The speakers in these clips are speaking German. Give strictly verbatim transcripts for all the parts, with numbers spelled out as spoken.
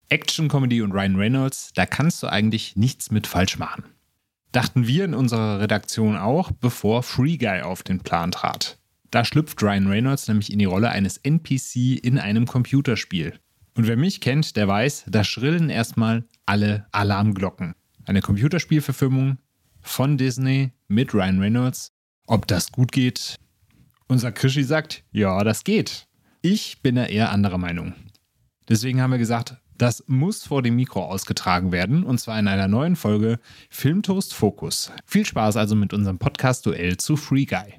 Action, Comedy und Ryan Reynolds, da kannst du eigentlich nichts mit falsch machen. Dachten wir in unserer Redaktion auch, bevor Free Guy auf den Plan trat. Da schlüpft Ryan Reynolds nämlich in die Rolle eines N P C in einem Computerspiel. Und wer mich kennt, der weiß, da schrillen erstmal alle Alarmglocken. Eine Computerspielverfilmung von Disney mit Ryan Reynolds. Ob das gut geht? Unser Krischi sagt, ja, das geht. Ich bin da eher anderer Meinung. Deswegen haben wir gesagt, das muss vor dem Mikro ausgetragen werden, und zwar in einer neuen Folge Filmtoast Fokus. Viel Spaß also mit unserem Podcast-Duell zu Free Guy.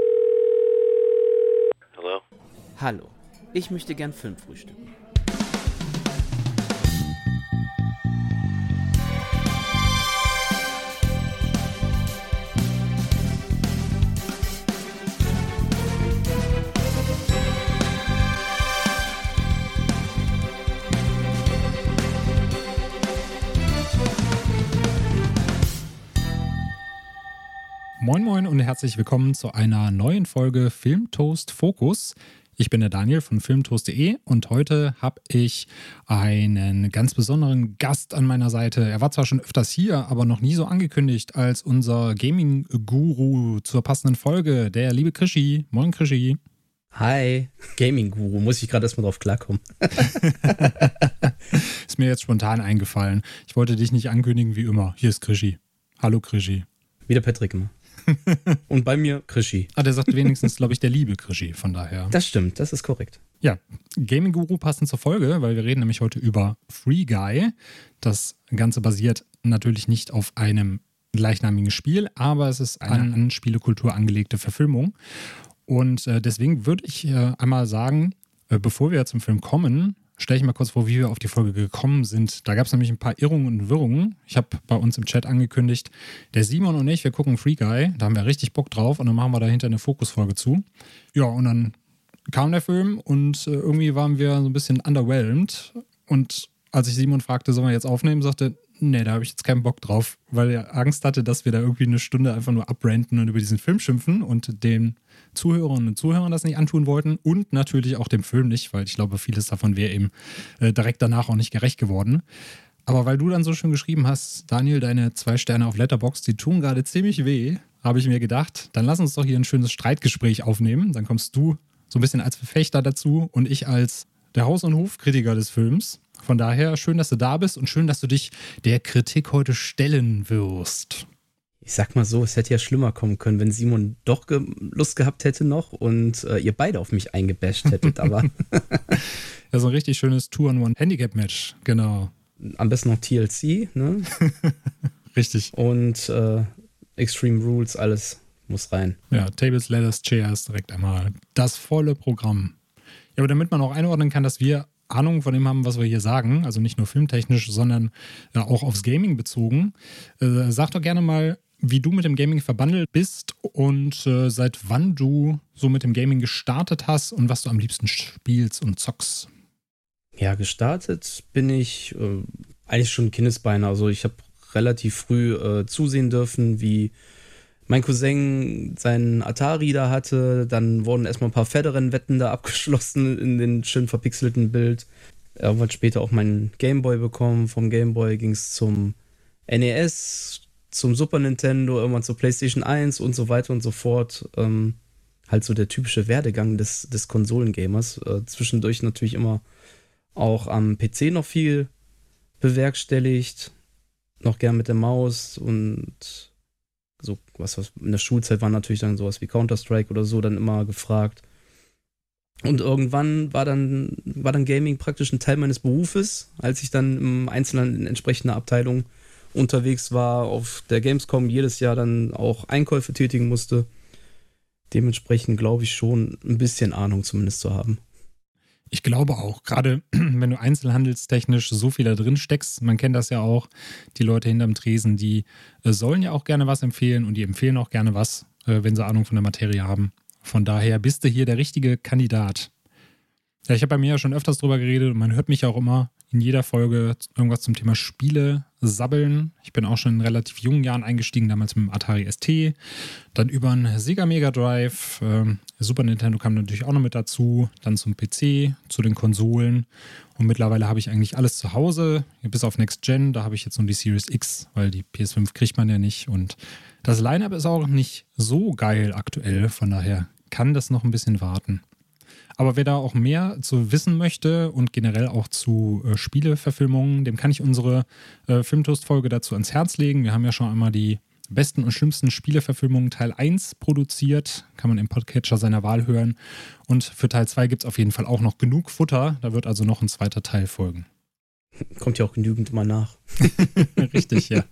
Hallo? Hallo, ich möchte gern Film frühstücken. Moin Moin und herzlich willkommen zu einer neuen Folge Filmtoast Fokus. Ich bin der Daniel von filmtoast punkt de und heute habe ich einen ganz besonderen Gast an meiner Seite. Er war zwar schon öfters hier, aber noch nie so angekündigt als unser Gaming-Guru zur passenden Folge, der liebe Krischi. Moin Krischi. Hi, Gaming-Guru, muss ich gerade erstmal drauf klarkommen. Ist mir jetzt spontan eingefallen. Ich wollte dich nicht ankündigen wie immer. Hier ist Krischi. Hallo Krischi. Wie der Patrick immer. Und bei mir Krischi. Ah, der sagt wenigstens, glaube ich, der liebe Krischi, von daher. Das stimmt, das ist korrekt. Ja, Gaming Guru passend zur Folge, weil wir reden nämlich heute über Free Guy. Das Ganze basiert natürlich nicht auf einem gleichnamigen Spiel, aber es ist eine an Spielekultur angelegte Verfilmung. Und äh, deswegen würde ich äh, einmal sagen, äh, bevor wir zum Film kommen, stelle ich mal kurz vor, wie wir auf die Folge gekommen sind. Da gab es nämlich ein paar Irrungen und Wirrungen. Ich habe bei uns im Chat angekündigt, der Simon und ich, wir gucken Free Guy. Da haben wir richtig Bock drauf und dann machen wir dahinter eine Fokusfolge zu. Ja, und dann kam der Film und äh, irgendwie waren wir so ein bisschen underwhelmed. Und als ich Simon fragte, sollen wir jetzt aufnehmen, sagte, nee, da habe ich jetzt keinen Bock drauf, weil er Angst hatte, dass wir da irgendwie eine Stunde einfach nur abranten und über diesen Film schimpfen und den Zuhörerinnen und Zuhörern das nicht antun wollten und natürlich auch dem Film nicht, weil ich glaube, vieles davon wäre eben äh, direkt danach auch nicht gerecht geworden. Aber weil du dann so schön geschrieben hast, Daniel, deine zwei Sterne auf Letterboxd, die tun gerade ziemlich weh, habe ich mir gedacht, dann lass uns doch hier ein schönes Streitgespräch aufnehmen. Dann kommst du so ein bisschen als Verfechter dazu und ich als der Haus- und Hofkritiker des Films. Von daher schön, dass du da bist und schön, dass du dich der Kritik heute stellen wirst. Ich sag mal so, es hätte ja schlimmer kommen können, wenn Simon doch ge- Lust gehabt hätte noch und äh, ihr beide auf mich eingebasht hättet, aber ja, so ein richtig schönes Two-on-One-Handicap-Match, genau. Am besten noch T L C, ne? Richtig. Und äh, Extreme Rules, alles muss rein. Ja, Tables, Ladders, Chairs, direkt einmal das volle Programm. Ja, aber damit man auch einordnen kann, dass wir Ahnung von dem haben, was wir hier sagen, also nicht nur filmtechnisch, sondern ja, auch aufs Gaming bezogen. Äh, sag doch gerne mal, wie du mit dem Gaming verbandelt bist und äh, seit wann du so mit dem Gaming gestartet hast und was du am liebsten spielst und zockst. Ja, gestartet bin ich äh, eigentlich schon Kindesbeine. Also ich habe relativ früh äh, zusehen dürfen, wie mein Cousin seinen Atari da hatte. Dann wurden erstmal ein paar Pferderennwetten da abgeschlossen in den schön verpixelten Bild. Er hat später auch meinen Gameboy bekommen. Vom Gameboy ging es zum N E S, zum Super Nintendo, irgendwann zur PlayStation eins und so weiter und so fort. Ähm, halt so der typische Werdegang des, des Konsolengamers. Äh, zwischendurch natürlich immer auch am P C noch viel bewerkstelligt. Noch gern mit der Maus und so was, was in der Schulzeit war natürlich dann sowas wie Counter-Strike oder so dann immer gefragt. Und irgendwann war dann, war dann Gaming praktisch ein Teil meines Berufes, als ich dann im Einzelnen in entsprechender Abteilung unterwegs war, auf der Gamescom jedes Jahr dann auch Einkäufe tätigen musste. Dementsprechend glaube ich schon, ein bisschen Ahnung zumindest zu haben. Ich glaube auch, gerade wenn du einzelhandelstechnisch so viel da drin steckst, man kennt das ja auch, die Leute hinterm Tresen, die äh, sollen ja auch gerne was empfehlen und die empfehlen auch gerne was, äh, wenn sie Ahnung von der Materie haben. Von daher bist du hier der richtige Kandidat. Ja, ich habe bei mir ja schon öfters drüber geredet und man hört mich auch immer in jeder Folge irgendwas zum Thema Spiele sabbeln. Ich bin auch schon in relativ jungen Jahren eingestiegen, damals mit dem Atari S T, dann über einen Sega Mega Drive, äh, Super Nintendo kam natürlich auch noch mit dazu, dann zum P C, zu den Konsolen und mittlerweile habe ich eigentlich alles zu Hause, bis auf Next Gen, da habe ich jetzt nur die Series X, weil die P S fünf kriegt man ja nicht und das Line-Up ist auch nicht so geil aktuell, von daher kann das noch ein bisschen warten. Aber wer da auch mehr zu wissen möchte und generell auch zu äh, Spieleverfilmungen, dem kann ich unsere äh, Filmtoast-Folge dazu ans Herz legen. Wir haben ja schon einmal die besten und schlimmsten Spieleverfilmungen Teil eins produziert. Kann man im Podcatcher seiner Wahl hören. Und für Teil zwei gibt es auf jeden Fall auch noch genug Futter. Da wird also noch ein zweiter Teil folgen. Kommt ja auch genügend mal nach. Richtig, ja.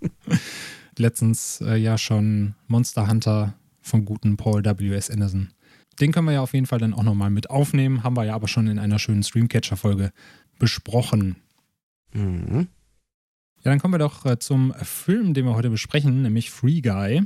Letztens äh, ja schon Monster Hunter vom guten Paul W S. Anderson. Den können wir ja auf jeden Fall dann auch nochmal mit aufnehmen. Haben wir ja aber schon in einer schönen Streamcatcher-Folge besprochen. Mhm. Ja, dann kommen wir doch äh, zum Film, den wir heute besprechen, nämlich Free Guy.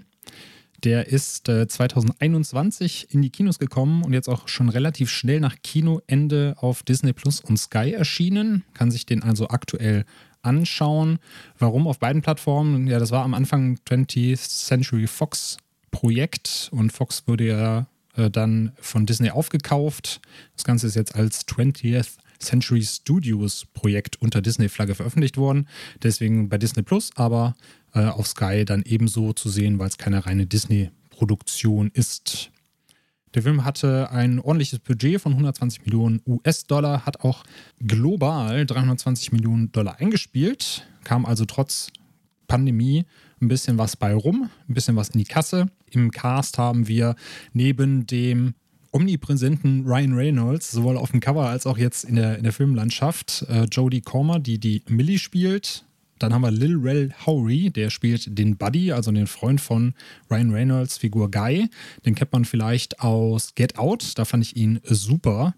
Der ist äh, zwanzig einundzwanzig in die Kinos gekommen und jetzt auch schon relativ schnell nach Kinoende auf Disney Plus und Sky erschienen. Kann sich den also aktuell anschauen. Warum auf beiden Plattformen? Ja, das war am Anfang twentieth Century Fox Projekt und Fox wurde ja dann von Disney aufgekauft. Das Ganze ist jetzt als twentieth Century Studios Projekt unter Disney-Flagge veröffentlicht worden. Deswegen bei Disney Plus, aber äh, auf Sky dann ebenso zu sehen, weil es keine reine Disney-Produktion ist. Der Film hatte ein ordentliches Budget von hundertzwanzig Millionen U S-Dollar, hat auch global dreihundertzwanzig Millionen Dollar eingespielt, kam also trotz Pandemie ein bisschen was bei rum, ein bisschen was in die Kasse. Im Cast haben wir neben dem omnipräsenten Ryan Reynolds, sowohl auf dem Cover als auch jetzt in der, in der Filmlandschaft, äh, Jodie Comer, die die Millie spielt. Dann haben wir Lil Rel Howery, der spielt den Buddy, also den Freund von Ryan Reynolds Figur Guy. Den kennt man vielleicht aus Get Out, da fand ich ihn super.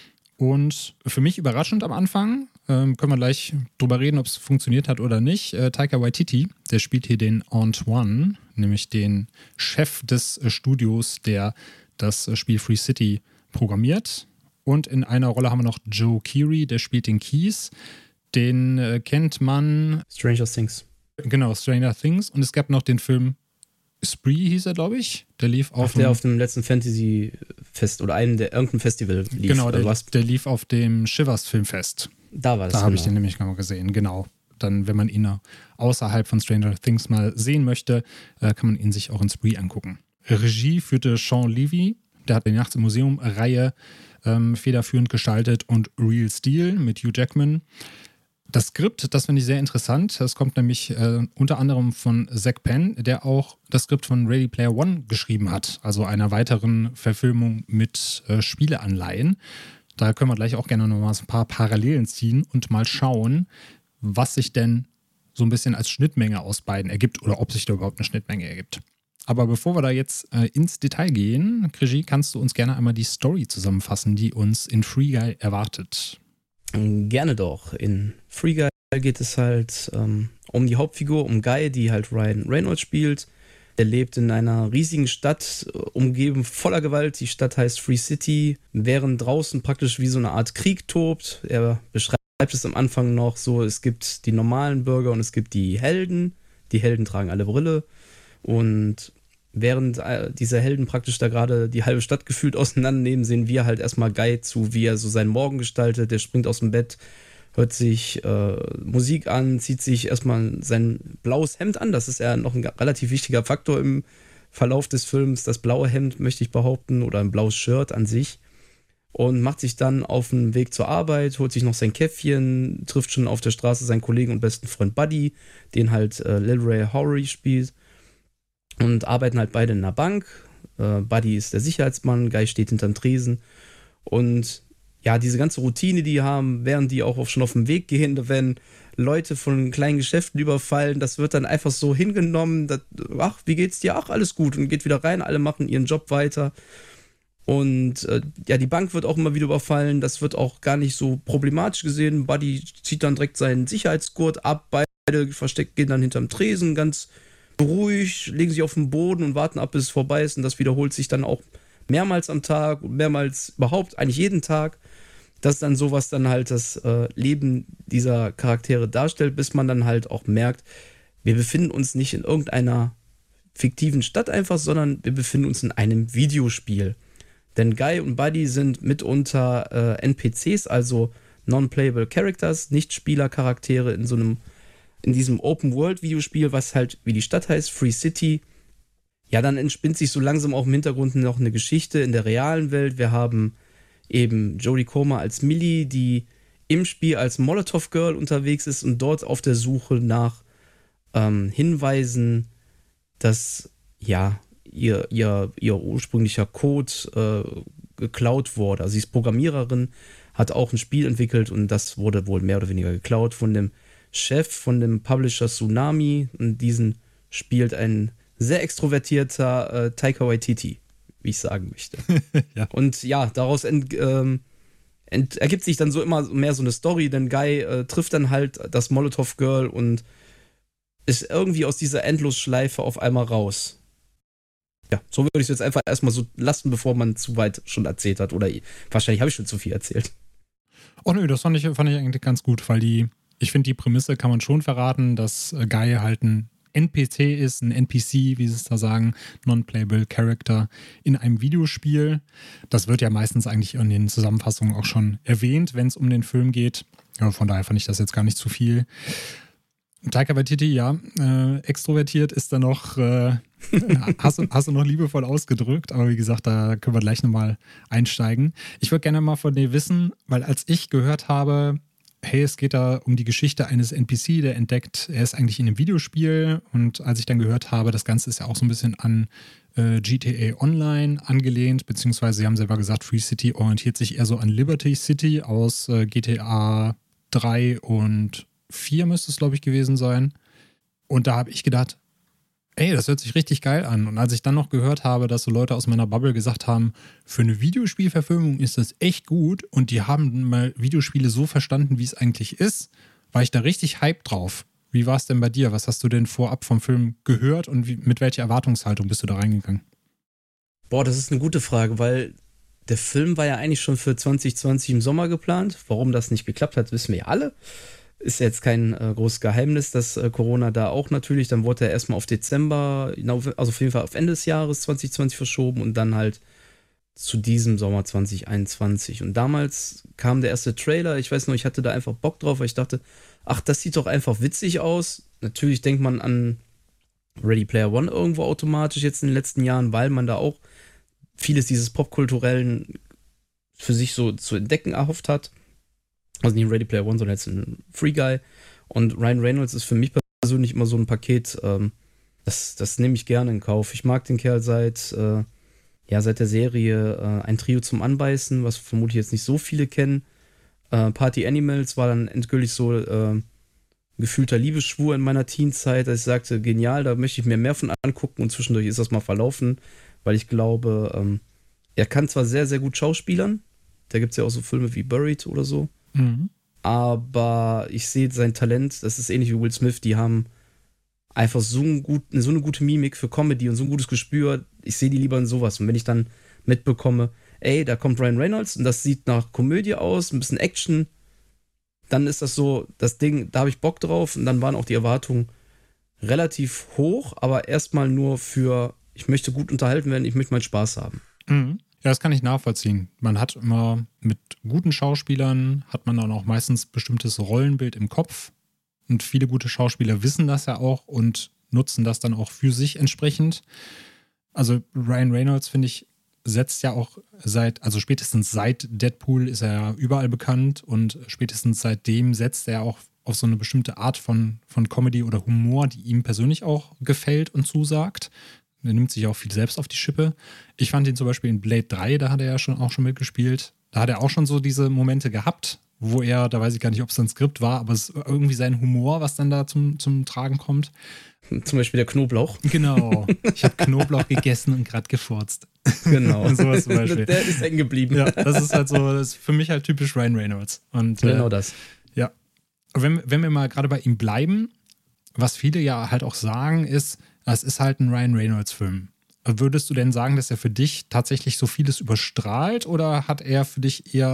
Und für mich überraschend am Anfang, ähm, können wir gleich drüber reden, ob es funktioniert hat oder nicht. Äh, Taika Waititi, der spielt hier den Antoine, nämlich den Chef des äh, Studios, der das äh, Spiel Free City programmiert. Und in einer Rolle haben wir noch Joe Keery, der spielt den Keys. Den äh, kennt man. Stranger Things. Genau, Stranger Things. Und es gab noch den Film Spree, hieß er, glaube ich. Der lief auf, Ach, der auf dem letzten Fantasy-Fest oder einem der irgendeinem Festival lief. Genau, der, was? der lief auf dem Shivers Filmfest. Da war das. Da habe genau. ich den nämlich mal gesehen, genau. Dann, wenn man ihn außerhalb von Stranger Things mal sehen möchte, äh, kann man ihn sich auch in Spree angucken. Regie führte Sean Levy, der hat die Nachts im Museum-Reihe ähm, federführend gestaltet und Real Steel mit Hugh Jackman. Das Skript, das finde ich sehr interessant. Das kommt nämlich äh, unter anderem von Zach Penn, der auch das Skript von Ready Player One geschrieben hat. Also einer weiteren Verfilmung mit äh, Spieleanleihen. Da können wir gleich auch gerne noch mal ein paar Parallelen ziehen und mal schauen, was sich denn so ein bisschen als Schnittmenge aus beiden ergibt oder ob sich da überhaupt eine Schnittmenge ergibt. Aber bevor wir da jetzt äh, ins Detail gehen, Krigi, kannst du uns gerne einmal die Story zusammenfassen, die uns in Free Guy erwartet? Gerne doch. In Free Guy geht es halt ähm, um die Hauptfigur, um Guy, die halt Ryan Reynolds spielt. Er lebt in einer riesigen Stadt, umgeben voller Gewalt. Die Stadt heißt Free City, während draußen praktisch wie so eine Art Krieg tobt. Er beschreibt es am Anfang noch so, es gibt die normalen Bürger und es gibt die Helden. Die Helden tragen alle Brille. Und während diese Helden praktisch da gerade die halbe Stadt gefühlt auseinandernehmen, sehen wir halt erstmal Guy zu, wie er so seinen Morgen gestaltet. Der springt aus dem Bett, hört sich äh, Musik an, zieht sich erstmal sein blaues Hemd an. Das ist ja noch ein relativ wichtiger Faktor im Verlauf des Films. Das blaue Hemd, möchte ich behaupten, oder ein blaues Shirt an sich. Und macht sich dann auf den Weg zur Arbeit, holt sich noch sein Käffchen, trifft schon auf der Straße seinen Kollegen und besten Freund Buddy, den halt äh, Lil Rel Howery spielt. Und arbeiten halt beide in einer Bank. Äh, Buddy ist der Sicherheitsmann, Guy steht hinterm Tresen. Und ja, diese ganze Routine, die haben, während die auch schon auf dem Weg gehen, wenn Leute von kleinen Geschäften überfallen, das wird dann einfach so hingenommen, dass, ach, wie geht's dir? Ach, alles gut. Und geht wieder rein, alle machen ihren Job weiter. Und äh, ja, die Bank wird auch immer wieder überfallen, das wird auch gar nicht so problematisch gesehen. Buddy zieht dann direkt seinen Sicherheitsgurt ab, beide versteckt gehen dann hinterm Tresen, ganz ruhig, legen sich auf den Boden und warten ab, bis es vorbei ist. Und das wiederholt sich dann auch mehrmals am Tag und mehrmals überhaupt, eigentlich jeden Tag. das ist dann so, was dann halt das äh, Leben dieser Charaktere darstellt, bis man dann halt auch merkt, wir befinden uns nicht in irgendeiner fiktiven Stadt einfach, sondern wir befinden uns in einem Videospiel. Denn Guy und Buddy sind mitunter äh, N P Cs, also Non-Playable Characters, Nicht-Spieler-Charaktere in so einem, in diesem Open-World-Videospiel, was halt, wie die Stadt heißt, Free City. Ja, dann entspinnt sich so langsam auch im Hintergrund noch eine Geschichte in der realen Welt. Wir haben eben Jodie Comer als Millie, die im Spiel als Molotov-Girl unterwegs ist und dort auf der Suche nach ähm, Hinweisen, dass ja ihr, ihr, ihr ursprünglicher Code äh, geklaut wurde. Also sie ist Programmiererin, hat auch ein Spiel entwickelt und das wurde wohl mehr oder weniger geklaut von dem Chef, von dem Publisher Tsunami. Und diesen spielt ein sehr extrovertierter äh, Taika Waititi, wie ich sagen möchte. Ja. Und ja, daraus ent, ähm, ent, ergibt sich dann so immer mehr so eine Story, denn Guy äh, trifft dann halt das Molotov Girl und ist irgendwie aus dieser Endlosschleife auf einmal raus. Ja, so würde ich es jetzt einfach erstmal so lassen, bevor man zu weit schon erzählt hat. Oder wahrscheinlich habe ich schon zu viel erzählt. Oh nö, das fand ich, fand ich eigentlich ganz gut, weil die, ich finde, die Prämisse kann man schon verraten, dass Guy halt ein N P C ist, ein N P C, wie sie es da sagen, Non-Playable Character in einem Videospiel. Das wird ja meistens eigentlich in den Zusammenfassungen auch schon erwähnt, wenn es um den Film geht. Ja, von daher fand ich das jetzt gar nicht zu viel. Taika Waititi, ja, äh, extrovertiert ist da noch, äh, hast, du, hast du noch liebevoll ausgedrückt, aber wie gesagt, da können wir gleich nochmal einsteigen. Ich würde gerne mal von dir wissen, weil als ich gehört habe, hey, es geht da um die Geschichte eines N P C, der entdeckt, er ist eigentlich in einem Videospiel, und als ich dann gehört habe, das Ganze ist ja auch so ein bisschen an äh, G T A Online angelehnt, beziehungsweise sie haben selber gesagt, Free City orientiert sich eher so an Liberty City aus äh, G T A drei und vier müsste es, glaube ich, gewesen sein. Und da habe ich gedacht, ey, das hört sich richtig geil an. Und als ich dann noch gehört habe, dass so Leute aus meiner Bubble gesagt haben, für eine Videospielverfilmung ist das echt gut und die haben mal Videospiele so verstanden, wie es eigentlich ist, war ich da richtig hyped drauf. Wie war es denn bei dir? Was hast du denn vorab vom Film gehört und wie, mit welcher Erwartungshaltung bist du da reingegangen? Boah, das ist eine gute Frage, weil der Film war ja eigentlich schon für zwanzig zwanzig im Sommer geplant. Warum das nicht geklappt hat, wissen wir ja alle. Ist ja jetzt kein äh, großes Geheimnis, dass äh, Corona da auch natürlich, dann wurde er erstmal auf Dezember, also auf jeden Fall auf Ende des Jahres zwanzig zwanzig verschoben und dann halt zu diesem Sommer zwanzig einundzwanzig. Und damals kam der erste Trailer, ich weiß noch, ich hatte da einfach Bock drauf, weil ich dachte, ach, das sieht doch einfach witzig aus. Natürlich denkt man an Ready Player One irgendwo automatisch jetzt in den letzten Jahren, weil man da auch vieles dieses Popkulturellen für sich so zu entdecken erhofft hat. Also nicht Ready Player One, sondern jetzt ein Free Guy. Und Ryan Reynolds ist für mich persönlich immer so ein Paket, ähm, das, das nehme ich gerne in Kauf. Ich mag den Kerl seit, äh, ja, seit der Serie äh, Ein Trio zum Anbeißen, was vermutlich jetzt nicht so viele kennen. Äh, Party Animals war dann endgültig so äh, gefühlter Liebesschwur in meiner Teenzeit, dass ich sagte, genial, da möchte ich mir mehr von angucken, und zwischendurch ist das mal verlaufen, weil ich glaube, ähm, er kann zwar sehr, sehr gut schauspielern, da gibt es ja auch so Filme wie Buried oder so, mhm. aber ich sehe sein Talent, das ist ähnlich wie Will Smith, die haben einfach so, ein gut, so eine gute Mimik für Comedy und so ein gutes Gespür, ich sehe die lieber in sowas. Und wenn ich dann mitbekomme, ey, da kommt Ryan Reynolds und das sieht nach Komödie aus, ein bisschen Action, dann ist das so, das Ding, da habe ich Bock drauf, und dann waren auch die Erwartungen relativ hoch, aber erstmal nur für, ich möchte gut unterhalten werden, ich möchte mal Spaß haben. Mhm. Ja, das kann ich nachvollziehen. Man hat immer mit guten Schauspielern, hat man dann auch meistens bestimmtes Rollenbild im Kopf. Und viele gute Schauspieler wissen das ja auch und nutzen das dann auch für sich entsprechend. Also Ryan Reynolds, finde ich, setzt ja auch seit, also spätestens seit Deadpool ist er ja überall bekannt, und spätestens seitdem setzt er auch auf so eine bestimmte Art von, von Comedy oder Humor, die ihm persönlich auch gefällt und zusagt. Er nimmt sich auch viel selbst auf die Schippe. Ich fand ihn zum Beispiel in Blade drei, da hat er ja schon auch schon mitgespielt. Da hat er auch schon so diese Momente gehabt, wo er, da weiß ich gar nicht, ob es ein Skript war, aber es ist irgendwie sein Humor, was dann da zum, zum Tragen kommt. Zum Beispiel der Knoblauch. Genau. Ich habe Knoblauch gegessen und gerade gefurzt. Genau. Sowas zum Beispiel. Der ist hängen geblieben. Ja, das ist halt so, das ist für mich halt typisch Ryan Reynolds. Und, genau äh, das. Ja. Wenn, wenn wir mal gerade bei ihm bleiben, was viele ja halt auch sagen, ist, es ist halt ein Ryan Reynolds-Film. Würdest du denn sagen, dass er für dich tatsächlich so vieles überstrahlt, oder hat er für dich eher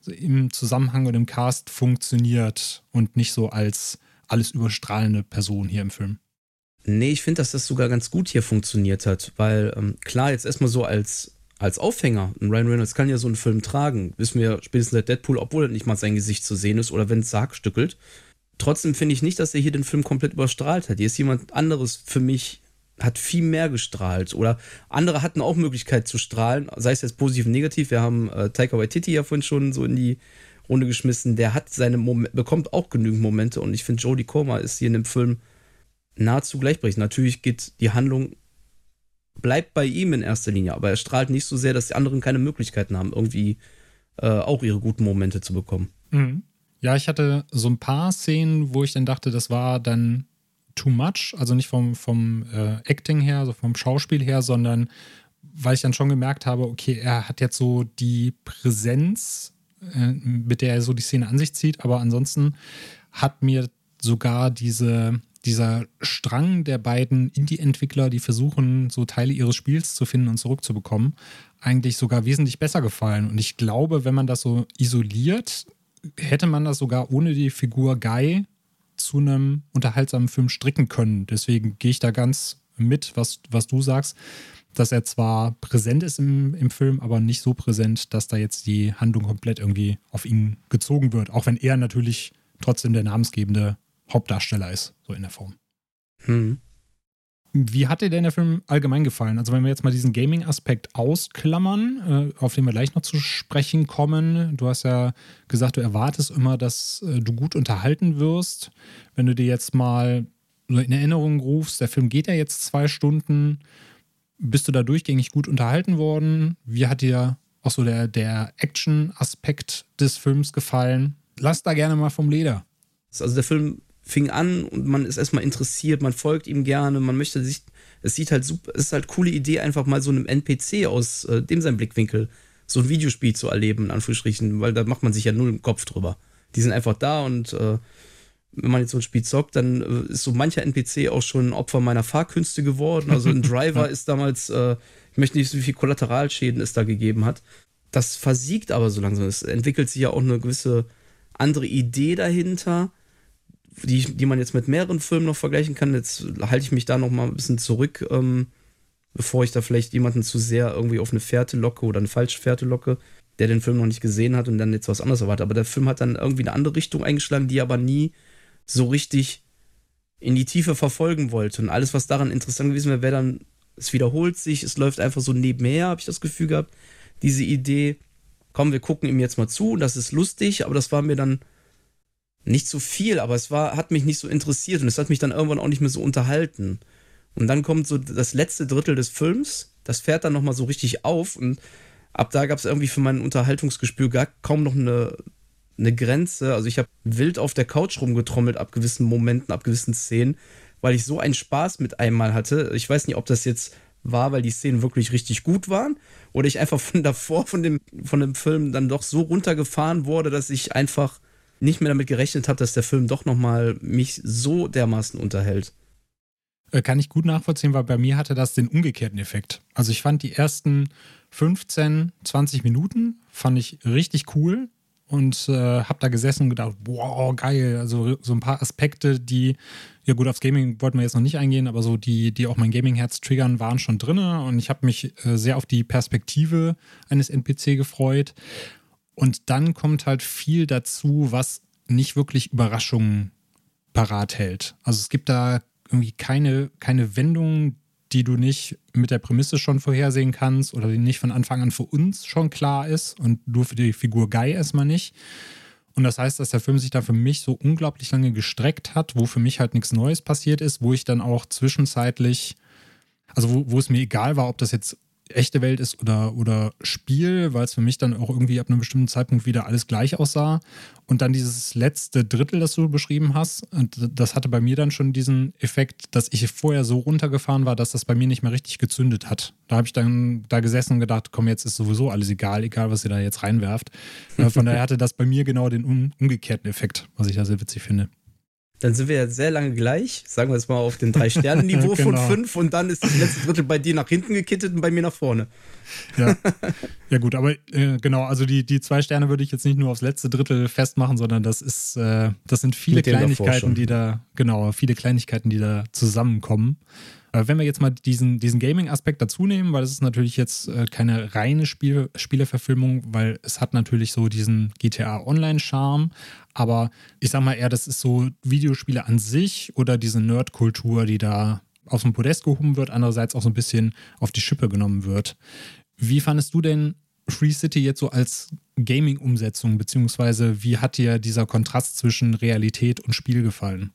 im Zusammenhang und im Cast funktioniert und nicht so als alles überstrahlende Person hier im Film. Nee, ich finde, dass das sogar ganz gut hier funktioniert hat, weil ähm, klar, jetzt erstmal so als, als Aufhänger, ein Ryan Reynolds kann ja so einen Film tragen, wissen wir spätestens seit Deadpool, obwohl nicht mal sein Gesicht zu sehen ist oder wenn es sargstückelt. Trotzdem finde ich nicht, dass er hier den Film komplett überstrahlt hat. Hier ist jemand anderes für mich, hat viel mehr gestrahlt oder andere hatten auch Möglichkeit zu strahlen, sei es jetzt positiv und negativ. Wir haben äh, Taika Waititi ja vorhin schon so in die Runde geschmissen, der hat seine Mom- bekommt auch genügend Momente und ich finde, Jodie Comer ist hier in dem Film nahezu gleichberechtigt. Natürlich geht die Handlung, bleibt bei ihm in erster Linie, aber er strahlt nicht so sehr, dass die anderen keine Möglichkeiten haben, irgendwie äh, auch ihre guten Momente zu bekommen. Mhm. Ja, ich hatte so ein paar Szenen, wo ich dann dachte, das war dann too much, also nicht vom, vom äh, Acting her, also vom Schauspiel her, sondern weil ich dann schon gemerkt habe, okay, er hat jetzt so die Präsenz, äh, mit der er so die Szene an sich zieht, aber ansonsten hat mir sogar diese dieser Strang der beiden Indie-Entwickler, die versuchen, so Teile ihres Spiels zu finden und zurückzubekommen, eigentlich sogar wesentlich besser gefallen. Und ich glaube, wenn man das so isoliert, hätte man das sogar ohne die Figur Guy zu einem unterhaltsamen Film stricken können. Deswegen gehe ich da ganz mit, was, was du sagst, dass er zwar präsent ist im, im Film, aber nicht so präsent, dass da jetzt die Handlung komplett irgendwie auf ihn gezogen wird. Auch wenn er natürlich trotzdem der namensgebende Hauptdarsteller ist, so in der Form. Hm. Wie hat dir denn der Film allgemein gefallen? Also wenn wir jetzt mal diesen Gaming-Aspekt ausklammern, äh, auf den wir gleich noch zu sprechen kommen. Du hast ja gesagt, du erwartest immer, dass äh, du gut unterhalten wirst. Wenn du dir jetzt mal so in Erinnerung rufst, der Film geht ja jetzt zwei Stunden. Bist du da durchgängig gut unterhalten worden? Wie hat dir auch so der, der Action-Aspekt des Films gefallen? Lass da gerne mal vom Leder. Also der Film fing an und man ist erstmal interessiert, man folgt ihm gerne, man möchte sich, es sieht halt super, es ist halt coole Idee, einfach mal so einem N P C aus äh, dem sein Blickwinkel so ein Videospiel zu erleben, in Anführungsstrichen, weil da macht man sich ja null im Kopf drüber. Die sind einfach da und äh, wenn man jetzt so ein Spiel zockt, dann äh, ist so mancher N P C auch schon Opfer meiner Fahrkünste geworden. Also ein Driver ist damals, äh, ich möchte nicht so viel Kollateralschäden es da gegeben hat. Das versiegt aber so langsam. Es entwickelt sich ja auch eine gewisse andere Idee dahinter, Die, die man jetzt mit mehreren Filmen noch vergleichen kann. Jetzt halte ich mich da noch mal ein bisschen zurück, ähm, bevor ich da vielleicht jemanden zu sehr irgendwie auf eine Fährte locke oder eine falsche Fährte locke, der den Film noch nicht gesehen hat und dann jetzt was anderes erwartet. Aber der Film hat dann irgendwie eine andere Richtung eingeschlagen, die aber nie so richtig in die Tiefe verfolgen wollte. Und alles, was daran interessant gewesen wäre, wäre dann, es wiederholt sich, es läuft einfach so nebenher, habe ich das Gefühl gehabt. Diese Idee, komm, wir gucken ihm jetzt mal zu und das ist lustig, aber das war mir dann nicht so viel, aber es war, hat mich nicht so interessiert und es hat mich dann irgendwann auch nicht mehr so unterhalten. Und dann kommt so das letzte Drittel des Films, das fährt dann nochmal so richtig auf und ab da gab es irgendwie für mein Unterhaltungsgespür gar kaum noch eine, eine Grenze. Also ich habe wild auf der Couch rumgetrommelt ab gewissen Momenten, ab gewissen Szenen, weil ich so einen Spaß mit einmal hatte. Ich weiß nicht, ob das jetzt war, weil die Szenen wirklich richtig gut waren oder ich einfach von davor, von dem, von dem Film dann doch so runtergefahren wurde, dass ich einfach nicht mehr damit gerechnet habe, dass der Film doch nochmal mich so dermaßen unterhält. Kann ich gut nachvollziehen, weil bei mir hatte das den umgekehrten Effekt. Also ich fand die ersten fünfzehn, zwanzig Minuten fand ich richtig cool und äh, habe da gesessen und gedacht, wow, geil. Also so ein paar Aspekte, die, ja gut, aufs Gaming wollten wir jetzt noch nicht eingehen, aber so die, die auch mein Gaming-Herz triggern, waren schon drin und ich habe mich äh, sehr auf die Perspektive eines N P C gefreut. Und dann kommt halt viel dazu, was nicht wirklich Überraschungen parat hält. Also es gibt da irgendwie keine, keine Wendungen, die du nicht mit der Prämisse schon vorhersehen kannst oder die nicht von Anfang an für uns schon klar ist und nur für die Figur Guy erstmal nicht. Und das heißt, dass der Film sich da für mich so unglaublich lange gestreckt hat, wo für mich halt nichts Neues passiert ist, wo ich dann auch zwischenzeitlich, also wo, wo es mir egal war, ob das jetzt echte Welt ist oder, oder Spiel, weil es für mich dann auch irgendwie ab einem bestimmten Zeitpunkt wieder alles gleich aussah. Und dann dieses letzte Drittel, das du beschrieben hast, das hatte bei mir dann schon diesen Effekt, dass ich vorher so runtergefahren war, dass das bei mir nicht mehr richtig gezündet hat. Da habe ich dann da gesessen und gedacht, komm, jetzt ist sowieso alles egal, egal was ihr da jetzt reinwerft. Von daher hatte das bei mir genau den um, umgekehrten Effekt, was ich da sehr witzig finde. Dann sind wir ja sehr lange gleich, sagen wir jetzt mal auf dem Drei-Sterne-Niveau genau. von fünf und dann ist das letzte Drittel bei dir nach hinten gekittet und bei mir nach vorne. Ja, ja gut, aber äh, genau, also die, die zwei Sterne würde ich jetzt nicht nur aufs letzte Drittel festmachen, sondern das ist, äh, das sind viele Kleinigkeiten, die da, genau, viele Kleinigkeiten, die da zusammenkommen. Äh, wenn wir jetzt mal diesen, diesen Gaming-Aspekt dazu nehmen, weil es ist natürlich jetzt äh, keine reine Spiel, Spieleverfilmung, weil es hat natürlich so diesen G T A Online-Charme, aber ich sag mal eher, das ist so Videospiele an sich oder diese Nerd-Kultur, die da auf dem Podest gehoben wird, andererseits auch so ein bisschen auf die Schippe genommen wird. Wie fandest du denn Free City jetzt so als Gaming-Umsetzung, beziehungsweise wie hat dir dieser Kontrast zwischen Realität und Spiel gefallen?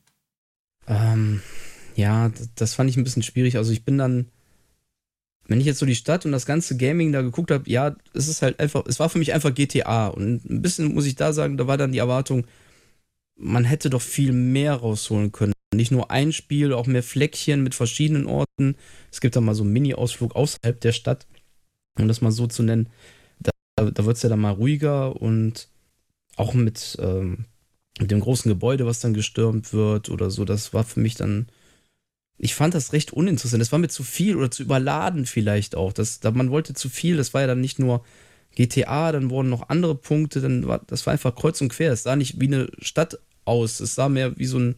Ähm, ja, das fand ich ein bisschen schwierig. Also ich bin dann, wenn ich jetzt so die Stadt und das ganze Gaming da geguckt habe, ja, es ist halt einfach, es war für mich einfach G T A. Und ein bisschen muss ich da sagen, da war dann die Erwartung, man hätte doch viel mehr rausholen können. Nicht nur ein Spiel, auch mehr Fleckchen mit verschiedenen Orten. Es gibt da mal so einen Mini-Ausflug außerhalb der Stadt, um das mal so zu nennen. Da, da wird es ja dann mal ruhiger und auch mit, ähm, mit dem großen Gebäude, was dann gestürmt wird oder so, das war für mich dann, ich fand das recht uninteressant. Das war mir zu viel oder zu überladen vielleicht auch. Das, da, man wollte zu viel, das war ja dann nicht nur G T A, dann wurden noch andere Punkte, dann war, das war einfach kreuz und quer. Es sah nicht wie eine Stadt aus, es sah mehr wie so ein,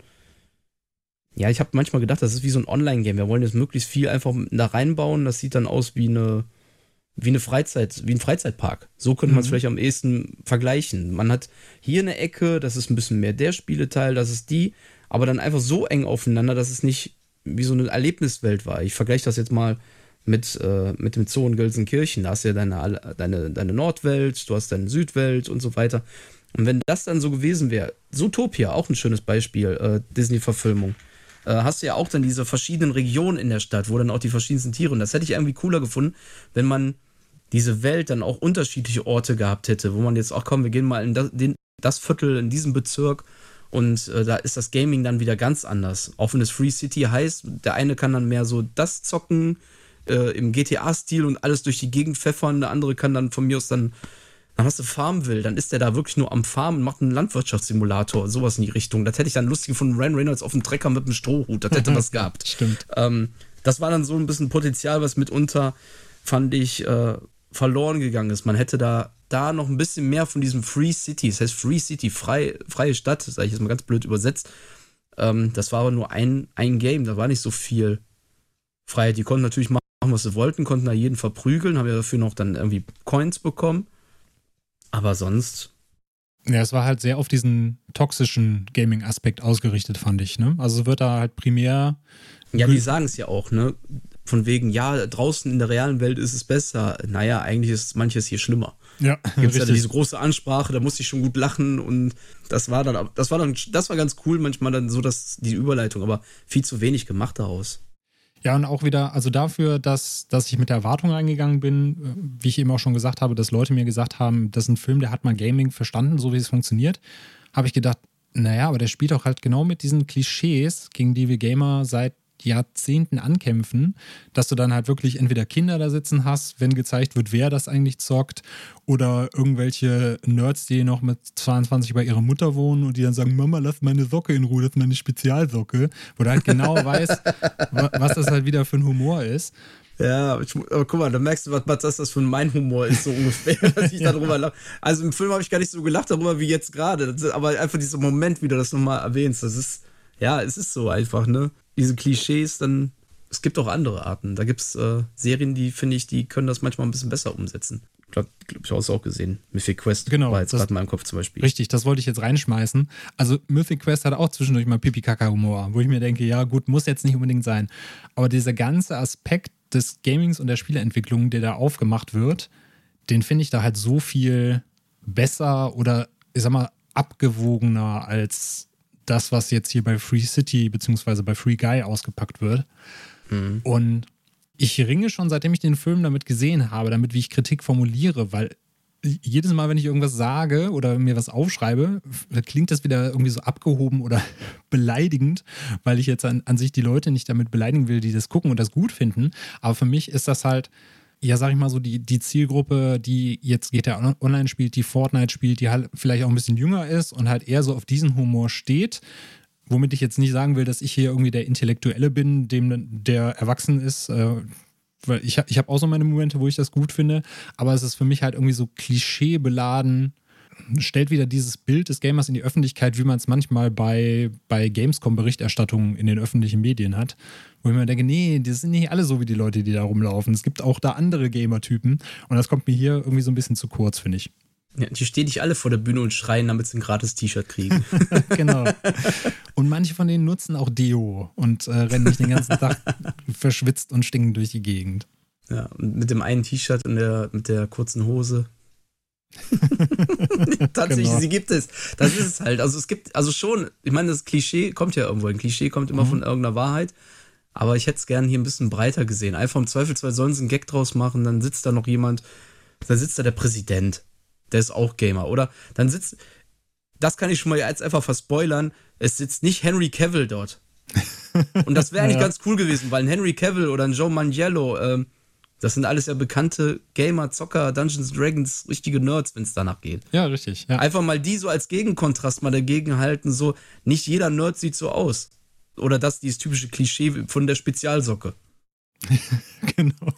ja, ich habe manchmal gedacht, das ist wie so ein Online-Game. Wir wollen jetzt möglichst viel einfach da reinbauen. Das sieht dann aus wie eine, wie eine Freizeit, wie ein Freizeitpark. So könnte man es mhm. vielleicht am ehesten vergleichen. Man hat hier eine Ecke, das ist ein bisschen mehr der Spieleteil, das ist die, aber dann einfach so eng aufeinander, dass es nicht wie so eine Erlebniswelt war. Ich vergleiche das jetzt mal mit, äh, mit dem Zoo in Gelsenkirchen. Da hast du ja deine, deine, deine Nordwelt, du hast deine Südwelt und so weiter. Und wenn das dann so gewesen wäre, Zootopia, auch ein schönes Beispiel, äh, Disney-Verfilmung, hast du ja auch dann diese verschiedenen Regionen in der Stadt, wo dann auch die verschiedensten Tiere, und das hätte ich irgendwie cooler gefunden, wenn man diese Welt dann auch unterschiedliche Orte gehabt hätte, wo man jetzt auch, komm, wir gehen mal in das, den, das Viertel, in diesem Bezirk und äh, da ist das Gaming dann wieder ganz anders. Auch wenn es Free City heißt, der eine kann dann mehr so das zocken, äh, im G T A-Stil und alles durch die Gegend pfeffern, der andere kann dann von mir aus dann Dann hast du Farmville, dann ist der da wirklich nur am Farmen und macht einen Landwirtschaftssimulator, sowas in die Richtung. Das hätte ich dann lustig gefunden, Ryan Reynolds auf dem Trecker mit einem Strohhut, das hätte was gehabt. Stimmt. Ähm, das war dann so ein bisschen Potenzial, was mitunter, fand ich, äh, verloren gegangen ist. Man hätte da, da noch ein bisschen mehr von diesem Free City, das heißt Free City, frei, freie Stadt, sage ich jetzt mal ganz blöd übersetzt. Ähm, das war aber nur ein, ein Game, da war nicht so viel Freiheit. Die konnten natürlich machen, was sie wollten, konnten da jeden verprügeln, haben ja dafür noch dann irgendwie Coins bekommen. Aber sonst. Ja, es war halt sehr auf diesen toxischen Gaming-Aspekt ausgerichtet, fand ich, ne? Also es wird da halt primär. Ja, die sagen es ja auch, ne? Von wegen, ja, draußen in der realen Welt ist es besser. Naja, eigentlich ist manches hier schlimmer. Ja, gibt es ja diese große Ansprache, da musste ich schon gut lachen und das war dann, das war dann, das war ganz cool, manchmal dann so, dass die Überleitung, aber viel zu wenig gemacht daraus. Ja, und auch wieder, also dafür, dass, dass ich mit der Erwartung reingegangen bin, wie ich eben auch schon gesagt habe, dass Leute mir gesagt haben, das ist ein Film, der hat mal Gaming verstanden, so wie es funktioniert, habe ich gedacht, naja, aber der spielt auch halt genau mit diesen Klischees, gegen die wir Gamer seit Jahrzehnten ankämpfen, dass du dann halt wirklich entweder Kinder da sitzen hast, wenn gezeigt wird, wer das eigentlich zockt, oder irgendwelche Nerds, die noch mit zweiundzwanzig bei ihrer Mutter wohnen und die dann sagen, Mama, lass meine Socke in Ruhe, das ist meine Spezialsocke, wo du halt genau weißt, was das halt wieder für ein Humor ist. Ja, ich, aber guck mal, da merkst du, was, was das für mein Humor ist, so ungefähr, dass ich darüber lache. Also im Film habe ich gar nicht so gelacht darüber wie jetzt gerade, aber einfach dieser Moment, wie du das nochmal erwähnst, das ist, ja, es ist so einfach, ne? Diese Klischees, dann, es gibt auch andere Arten. Da gibt es äh, Serien, die, finde ich, die können das manchmal ein bisschen besser umsetzen. Ich glaube, glaub, ich habe es auch gesehen. Mythic Quest genau, war jetzt gerade in meinem Kopf zum Beispiel. Richtig, das wollte ich jetzt reinschmeißen. Also Mythic Quest hat auch zwischendurch mal Pipi-Kaka-Humor, wo ich mir denke, ja gut, muss jetzt nicht unbedingt sein. Aber dieser ganze Aspekt des Gamings und der Spieleentwicklung, der da aufgemacht wird, den finde ich da halt so viel besser oder, ich sag mal, abgewogener als das, was jetzt hier bei Free City beziehungsweise bei Free Guy ausgepackt wird. Mhm. Und ich ringe schon, seitdem ich den Film damit gesehen habe, damit, wie ich Kritik formuliere, weil jedes Mal, wenn ich irgendwas sage oder mir was aufschreibe, klingt das wieder irgendwie so abgehoben oder beleidigend, weil ich jetzt an, an sich die Leute nicht damit beleidigen will, die das gucken und das gut finden. Aber für mich ist das halt, ja, sag ich mal so, die, die Zielgruppe, die jetzt G T A Online spielt, die Fortnite spielt, die halt vielleicht auch ein bisschen jünger ist und halt eher so auf diesen Humor steht, womit ich jetzt nicht sagen will, dass ich hier irgendwie der Intellektuelle bin, dem der erwachsen ist, äh, weil ich, ich habe auch so meine Momente, wo ich das gut finde, aber es ist für mich halt irgendwie so klischeebeladen, stellt wieder dieses Bild des Gamers in die Öffentlichkeit, wie man es manchmal bei, bei Gamescom-Berichterstattungen in den öffentlichen Medien hat, wo ich mir denke, nee, das sind nicht alle so wie die Leute, die da rumlaufen. Es gibt auch da andere Gamer-Typen und das kommt mir hier irgendwie so ein bisschen zu kurz, finde ich. Ja, die stehen nicht alle vor der Bühne und schreien, damit sie ein gratis T-Shirt kriegen. Genau. Und manche von denen nutzen auch Deo und äh, rennen nicht den ganzen Tag verschwitzt und stinken durch die Gegend. Ja, und mit dem einen T-Shirt und der, mit der kurzen Hose. Tatsächlich, genau. Sie gibt es. Das ist es halt. Also es gibt, also schon, ich meine, das Klischee kommt ja irgendwo. Ein Klischee kommt immer mhm. von irgendeiner Wahrheit. Aber ich hätte es gerne hier ein bisschen breiter gesehen. Einfach im Zweifelsfall sollen sie einen Gag draus machen, dann sitzt da noch jemand, dann sitzt da der Präsident. Der ist auch Gamer. Oder dann sitzt, das kann ich schon mal jetzt einfach verspoilern, es sitzt nicht Henry Cavill dort. Und das wäre eigentlich ja. ganz cool gewesen, weil ein Henry Cavill oder ein Joe Manganiello, ähm, das sind alles ja bekannte Gamer, Zocker, Dungeons and Dragons, richtige Nerds, wenn es danach geht. Ja, richtig. Ja. Einfach mal die so als Gegenkontrast mal dagegen halten, so, nicht jeder Nerd sieht so aus. Oder das, dieses typische Klischee von der Spezialsocke. Genau.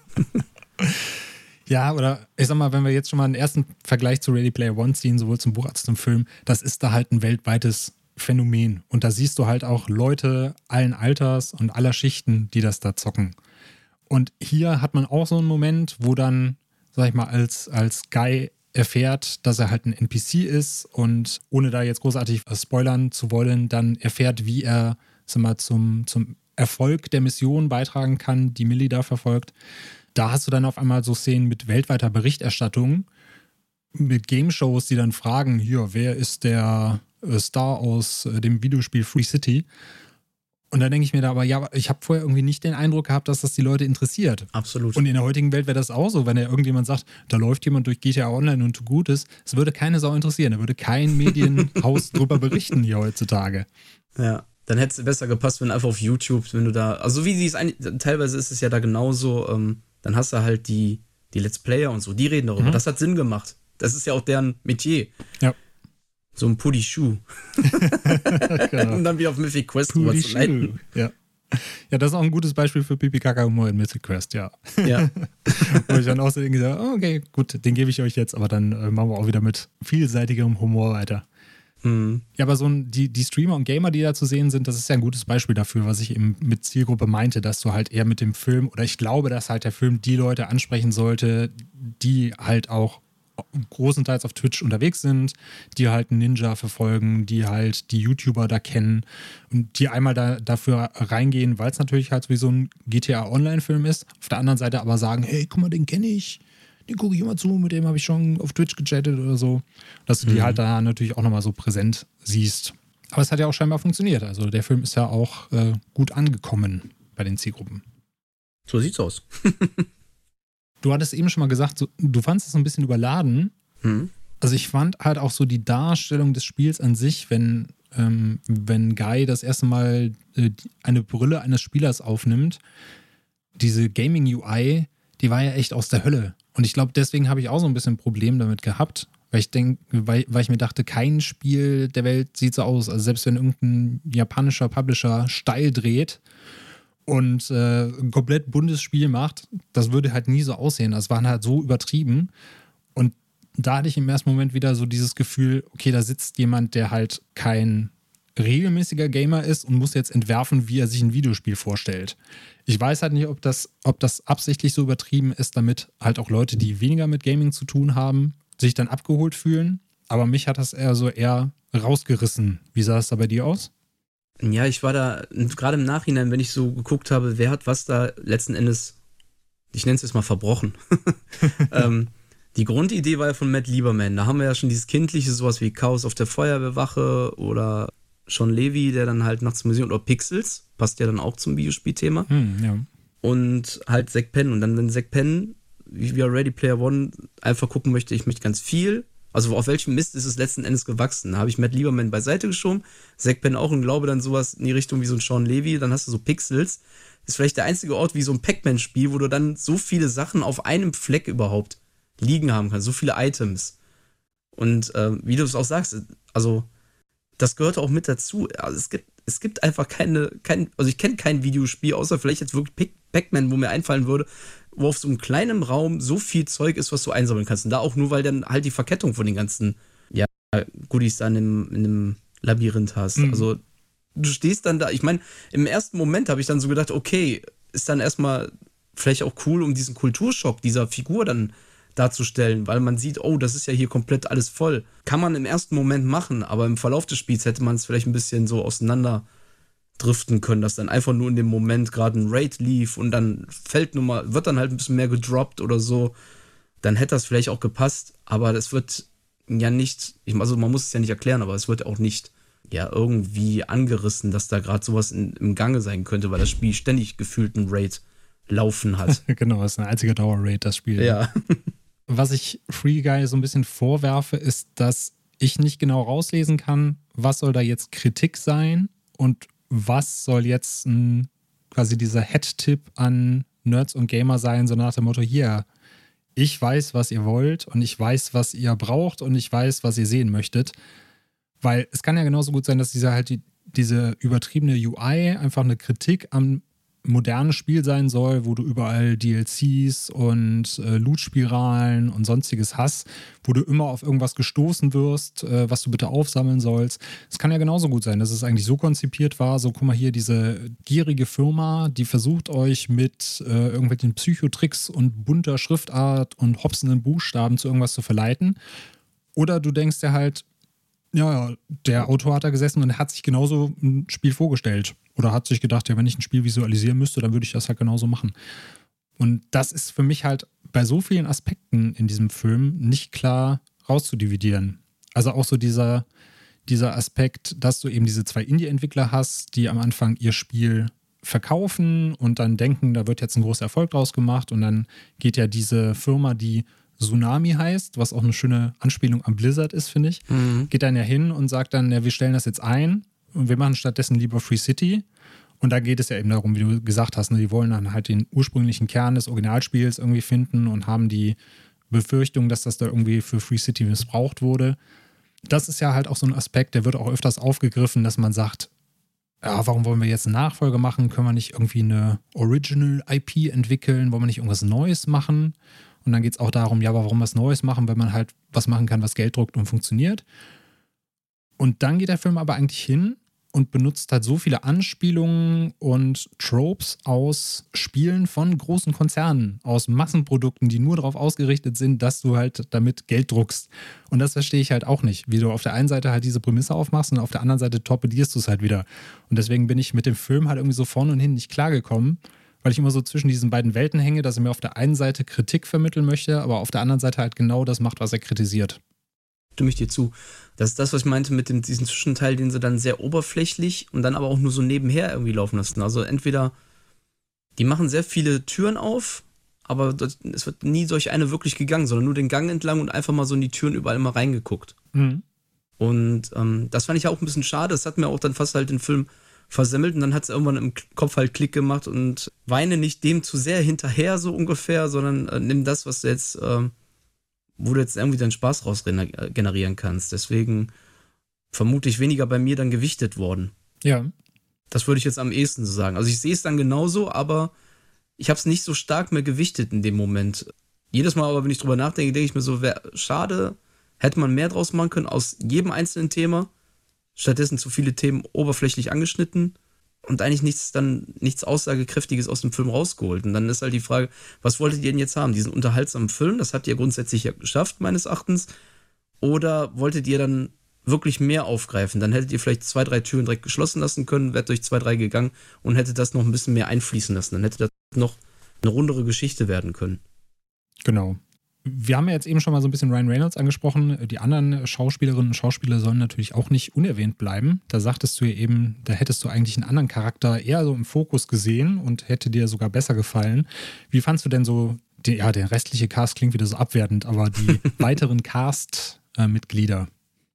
Ja, oder ich sag mal, wenn wir jetzt schon mal einen ersten Vergleich zu Ready Player One ziehen, sowohl zum Buch als zum Film, das ist da halt ein weltweites Phänomen. Und da siehst du halt auch Leute allen Alters und aller Schichten, die das da zocken. Und hier hat man auch so einen Moment, wo dann, sag ich mal, als, als Guy erfährt, dass er halt ein N P C ist und ohne da jetzt großartig spoilern zu wollen, dann erfährt, wie er, sag mal, zum, zum Erfolg der Mission beitragen kann, die Millie da verfolgt. Da hast du dann auf einmal so Szenen mit weltweiter Berichterstattung, mit Game-Shows, die dann fragen, hier, wer ist der Star aus dem Videospiel Free City? Und da denke ich mir da aber, ja, ich habe vorher irgendwie nicht den Eindruck gehabt, dass das die Leute interessiert. Absolut. Und in der heutigen Welt wäre das auch so, wenn ja irgendjemand sagt, da läuft jemand durch G T A Online und tut Gutes, es würde keine Sau interessieren, da würde kein Medienhaus drüber berichten hier heutzutage. Ja. Dann hätte es besser gepasst, wenn einfach auf YouTube, wenn du da, also wie sie es eigentlich, teilweise ist es ja da genauso, ähm, dann hast du halt die, die Let's Player und so, die reden darüber. Mhm. Das hat Sinn gemacht. Das ist ja auch deren Metier. Ja. So ein Puddy-Schuh. Genau. Und dann wieder auf Mythic Quest drüber zu leiten. Ja. Ja, das ist auch ein gutes Beispiel für Pipi-Kaka-Humor in Mythic Quest, ja. Ja. Wo ich dann auch so denke, okay, gut, den gebe ich euch jetzt, aber dann äh, machen wir auch wieder mit vielseitigerem Humor weiter. Ja, aber so ein, die, die Streamer und Gamer, die da zu sehen sind, das ist ja ein gutes Beispiel dafür, was ich eben mit Zielgruppe meinte, dass du halt eher mit dem Film, oder ich glaube, dass halt der Film die Leute ansprechen sollte, die halt auch großenteils auf Twitch unterwegs sind, die halt einen Ninja verfolgen, die halt die YouTuber da kennen und die einmal da, dafür reingehen, weil es natürlich halt wie so ein G T A Online-Film ist, auf der anderen Seite aber sagen, hey, guck mal, den kenne ich. Den gucke ich immer zu, mit dem habe ich schon auf Twitch gechattet oder so. Dass du die mhm. halt da natürlich auch nochmal so präsent siehst. Aber es hat ja auch scheinbar funktioniert. Also der Film ist ja auch äh, gut angekommen bei den Zielgruppen. So sieht's aus. Du hattest eben schon mal gesagt, so, du fandest es so ein bisschen überladen. Mhm. Also ich fand halt auch so die Darstellung des Spiels an sich, wenn, ähm, wenn Guy das erste Mal äh, eine Brille eines Spielers aufnimmt, diese Gaming-U I, die war ja echt aus der Hölle. Und ich glaube, deswegen habe ich auch so ein bisschen ein Problem damit gehabt, weil ich denke, weil, weil ich mir dachte, kein Spiel der Welt sieht so aus. Also selbst wenn irgendein japanischer Publisher steil dreht und äh, ein komplett buntes Spiel macht, das würde halt nie so aussehen. Das waren halt so übertrieben. Und da hatte ich im ersten Moment wieder so dieses Gefühl, okay, da sitzt jemand, der halt kein regelmäßiger Gamer ist und muss jetzt entwerfen, wie er sich ein Videospiel vorstellt. Ich weiß halt nicht, ob das, ob das absichtlich so übertrieben ist, damit halt auch Leute, die weniger mit Gaming zu tun haben, sich dann abgeholt fühlen. Aber mich hat das eher so eher rausgerissen. Wie sah es da bei dir aus? Ja, ich war da, gerade im Nachhinein, wenn ich so geguckt habe, wer hat was da letzten Endes, ich nenne es jetzt mal verbrochen. ähm, die Grundidee war ja von Matt Lieberman. Da haben wir ja schon dieses kindliche, sowas wie Chaos auf der Feuerwehrwache oder Sean Levy, der dann halt nachts Museum, oder Pixels, passt ja dann auch zum Videospielthema. Hm, ja. Und halt Zack Penn. Und dann, wenn Zack Penn, wie Ready Player One, einfach gucken möchte, ich möchte ganz viel. Also auf welchem Mist ist es letzten Endes gewachsen? Da habe ich Matt Lieberman beiseite geschoben, Zack Penn auch und glaube dann sowas in die Richtung wie so ein Sean Levy. Dann hast du so Pixels. Ist vielleicht der einzige Ort wie so ein Pac-Man-Spiel, wo du dann so viele Sachen auf einem Fleck überhaupt liegen haben kannst. So viele Items. Und äh, wie du es auch sagst, also das gehört auch mit dazu. Also es gibt, es gibt einfach keine, kein, also ich kenne kein Videospiel, außer vielleicht jetzt wirklich Pac-Man, wo mir einfallen würde, wo auf so einem kleinen Raum so viel Zeug ist, was du einsammeln kannst. Und da auch nur, weil dann halt die Verkettung von den ganzen ja, Goodies da in einem, in einem Labyrinth hast. Mhm. Also du stehst dann da, ich meine, im ersten Moment habe ich dann so gedacht, okay, ist dann erstmal vielleicht auch cool, um diesen Kulturschock dieser Figur dann darzustellen, weil man sieht, oh, das ist ja hier komplett alles voll. Kann man im ersten Moment machen, aber im Verlauf des Spiels hätte man es vielleicht ein bisschen so auseinander driften können, dass dann einfach nur in dem Moment gerade ein Raid lief und dann fällt nun mal, wird dann halt ein bisschen mehr gedroppt oder so, dann hätte das vielleicht auch gepasst, aber das wird ja nicht, ich, also man muss es ja nicht erklären, aber es wird auch nicht ja irgendwie angerissen, dass da gerade sowas in, im Gange sein könnte, weil das Spiel ständig gefühlt einen Raid laufen hat. Genau, das ist ein einziger Dauer-Raid, das Spiel. Ja. Was ich Free Guy so ein bisschen vorwerfe, ist, dass ich nicht genau rauslesen kann, was soll da jetzt Kritik sein und was soll jetzt ein, quasi dieser Head-Tipp an Nerds und Gamer sein, so nach dem Motto, hier, ich weiß, was ihr wollt und ich weiß, was ihr braucht und ich weiß, was ihr sehen möchtet. Weil es kann ja genauso gut sein, dass diese halt die, diese übertriebene U I einfach eine Kritik am modernen Spiel sein soll, wo du überall D L Cs und äh, Loot-Spiralen und sonstiges hast, wo du immer auf irgendwas gestoßen wirst, äh, was du bitte aufsammeln sollst. Es kann ja genauso gut sein, dass es eigentlich so konzipiert war, so guck mal hier, diese gierige Firma, die versucht euch mit äh, irgendwelchen Psychotricks und bunter Schriftart und hopsenden Buchstaben zu irgendwas zu verleiten. Oder du denkst dir halt, ja, der Autor hat da gesessen und hat sich genauso ein Spiel vorgestellt. Oder hat sich gedacht, ja, wenn ich ein Spiel visualisieren müsste, dann würde ich das halt genauso machen. Und das ist für mich halt bei so vielen Aspekten in diesem Film nicht klar rauszudividieren. Also auch so dieser, dieser Aspekt, dass du eben diese zwei Indie-Entwickler hast, die am Anfang ihr Spiel verkaufen und dann denken, da wird jetzt ein großer Erfolg draus gemacht. Und dann geht ja diese Firma, die Tsunami heißt, was auch eine schöne Anspielung an Blizzard ist, finde ich, mhm. geht dann ja hin und sagt dann, ja, wir stellen das jetzt ein und wir machen stattdessen lieber Free City. Und da geht es ja eben darum, wie du gesagt hast, ne, die wollen dann halt den ursprünglichen Kern des Originalspiels irgendwie finden und haben die Befürchtung, dass das da irgendwie für Free City missbraucht wurde. Das ist ja halt auch so ein Aspekt, der wird auch öfters aufgegriffen, dass man sagt, ja, warum wollen wir jetzt eine Nachfolge machen? Können wir nicht irgendwie eine Original I P entwickeln? Wollen wir nicht irgendwas Neues machen? Und dann geht es auch darum, ja, aber warum was Neues machen, wenn man halt was machen kann, was Geld druckt und funktioniert. Und dann geht der Film aber eigentlich hin und benutzt halt so viele Anspielungen und Tropes aus Spielen von großen Konzernen, aus Massenprodukten, die nur darauf ausgerichtet sind, dass du halt damit Geld druckst. Und das verstehe ich halt auch nicht, wie du auf der einen Seite halt diese Prämisse aufmachst und auf der anderen Seite torpedierst du es halt wieder. Und deswegen bin ich mit dem Film halt irgendwie so vorne und hin nicht klargekommen, weil ich immer so zwischen diesen beiden Welten hänge, dass er mir auf der einen Seite Kritik vermitteln möchte, aber auf der anderen Seite halt genau das macht, was er kritisiert. Stimme ich dir zu. Das ist das, was ich meinte mit dem, diesem Zwischenteil, den sie dann sehr oberflächlich und dann aber auch nur so nebenher irgendwie laufen lassen. Also entweder, die machen sehr viele Türen auf, aber das, es wird nie durch eine wirklich gegangen, sondern nur den Gang entlang und einfach mal so in die Türen überall mal reingeguckt. Mhm. Und ähm, das fand ich auch ein bisschen schade. Das hat mir auch dann fast halt den Film versemmelt und dann hat es irgendwann im Kopf halt Klick gemacht und weine nicht dem zu sehr hinterher so ungefähr, sondern äh, nimm das, was du jetzt, äh, wo du jetzt irgendwie deinen Spaß raus generieren kannst. Deswegen vermute ich weniger bei mir dann gewichtet worden. Ja. Das würde ich jetzt am ehesten so sagen. Also ich sehe es dann genauso, aber ich habe es nicht so stark mehr gewichtet in dem Moment. Jedes Mal aber, wenn ich drüber nachdenke, denke ich mir so, wär, schade, hätte man mehr draus machen können aus jedem einzelnen Thema. Stattdessen zu viele Themen oberflächlich angeschnitten und eigentlich nichts dann nichts Aussagekräftiges aus dem Film rausgeholt. Und dann ist halt die Frage, was wolltet ihr denn jetzt haben? Diesen unterhaltsamen Film, das habt ihr grundsätzlich ja geschafft, meines Erachtens. Oder wolltet ihr dann wirklich mehr aufgreifen? Dann hättet ihr vielleicht zwei, drei Türen direkt geschlossen lassen können, wärt durch zwei, drei gegangen und hättet das noch ein bisschen mehr einfließen lassen. Dann hätte das noch eine rundere Geschichte werden können. Genau. Wir haben ja jetzt eben schon mal so ein bisschen Ryan Reynolds angesprochen. Die anderen Schauspielerinnen und Schauspieler sollen natürlich auch nicht unerwähnt bleiben. Da sagtest du ja eben, da hättest du eigentlich einen anderen Charakter eher so im Fokus gesehen und hätte dir sogar besser gefallen. Wie fandst du denn so, die, ja, der restliche Cast klingt wieder so abwertend, aber die weiteren Cast-Mitglieder?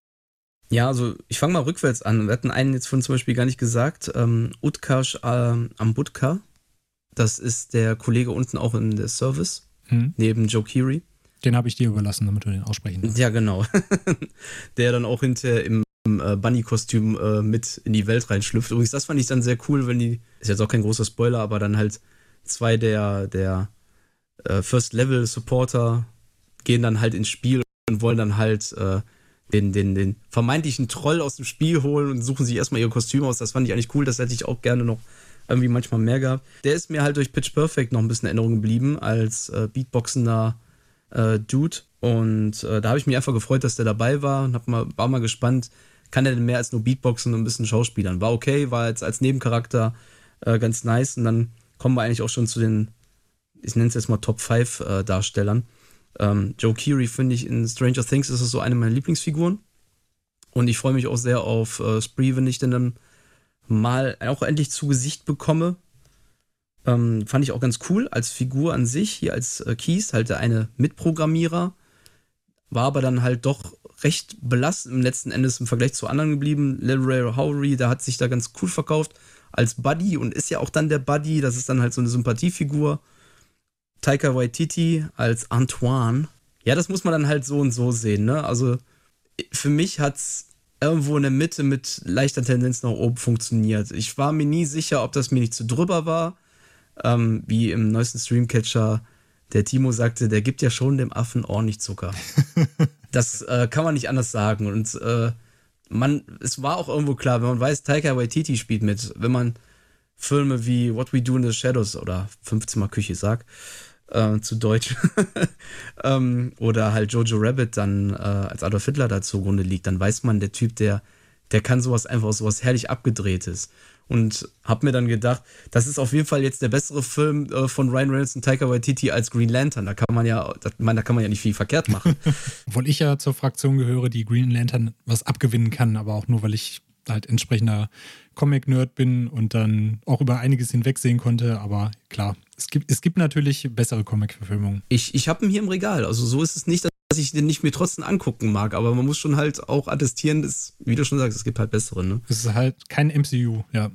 Ja, also ich fange mal rückwärts an. Wir hatten einen jetzt von zum Beispiel gar nicht gesagt, ähm, Utkarsh äh, Ambudkar. Das ist der Kollege unten auch in der Service, hm. neben Joe Keery. Den habe ich dir überlassen, damit du den aussprechen darfst. Ja, genau. Der dann auch hinterher im äh, Bunny-Kostüm äh, mit in die Welt reinschlüpft. Übrigens, das fand ich dann sehr cool, wenn die, ist jetzt auch kein großer Spoiler, aber dann halt zwei der, der äh, First-Level-Supporter gehen dann halt ins Spiel und wollen dann halt äh, den, den, den vermeintlichen Troll aus dem Spiel holen und suchen sich erstmal ihre Kostüme aus. Das fand ich eigentlich cool, das hätte ich auch gerne noch irgendwie manchmal mehr gehabt. Der ist mir halt durch Pitch Perfect noch ein bisschen in Erinnerung geblieben als äh, beatboxender äh, Dude. Und äh, da habe ich mich einfach gefreut, dass der dabei war und hab mal, war mal gespannt, kann der denn mehr als nur Beatboxen und ein bisschen Schauspielern? War okay, war jetzt als Nebencharakter äh, ganz nice. Und dann kommen wir eigentlich auch schon zu den, ich nenne es jetzt mal Top fünf äh, Darstellern. Ähm, Joe Keery finde ich in Stranger Things ist es so eine meiner Lieblingsfiguren. Und ich freue mich auch sehr auf äh, Spree, wenn ich den dann mal auch endlich zu Gesicht bekomme. Ähm, fand ich auch ganz cool als Figur an sich, hier als äh, Keys, halt der eine Mitprogrammierer, war aber dann halt doch recht belastend im letzten Endes im Vergleich zu anderen geblieben. Lil Ray Howery, der hat sich da ganz cool verkauft als Buddy und ist ja auch dann der Buddy, das ist dann halt so eine Sympathiefigur. Taika Waititi als Antoine, ja, das muss man dann halt so und so sehen, ne? Also für mich hat's irgendwo in der Mitte mit leichter Tendenz nach oben funktioniert. Ich war mir nie sicher, ob das mir nicht zu drüber war. Ähm, wie im neuesten Streamcatcher der Timo sagte, der gibt ja schon dem Affen ordentlich Zucker. Das äh, kann man nicht anders sagen. Und äh, man, es war auch irgendwo klar, wenn man weiß, Taika Waititi spielt mit, wenn man Filme wie What We Do in the Shadows oder fünfzehn Mal Küche sagt, äh, zu Deutsch, ähm, oder halt Jojo Rabbit dann äh, als Adolf Hitler da zugrunde liegt, dann weiß man, der Typ, der, der kann sowas einfach, sowas herrlich Abgedrehtes. Und hab mir dann gedacht, das ist auf jeden Fall jetzt der bessere Film äh, von Ryan Reynolds und Taika Waititi als Green Lantern. Da kann man ja, da, man, da kann man ja nicht viel verkehrt machen. Obwohl ich ja zur Fraktion gehöre, die Green Lantern was abgewinnen kann, aber auch nur, weil ich halt entsprechender Comic-Nerd bin und dann auch über einiges hinwegsehen konnte. Aber klar, es gibt, es gibt natürlich bessere Comic-Verfilmungen. Ich, ich habe ihn hier im Regal. Also so ist es nicht, dass ich den nicht mir trotzdem angucken mag. Aber man muss schon halt auch attestieren, dass, wie du schon sagst, es gibt halt bessere. Ne? Es ist halt kein M C U, ja.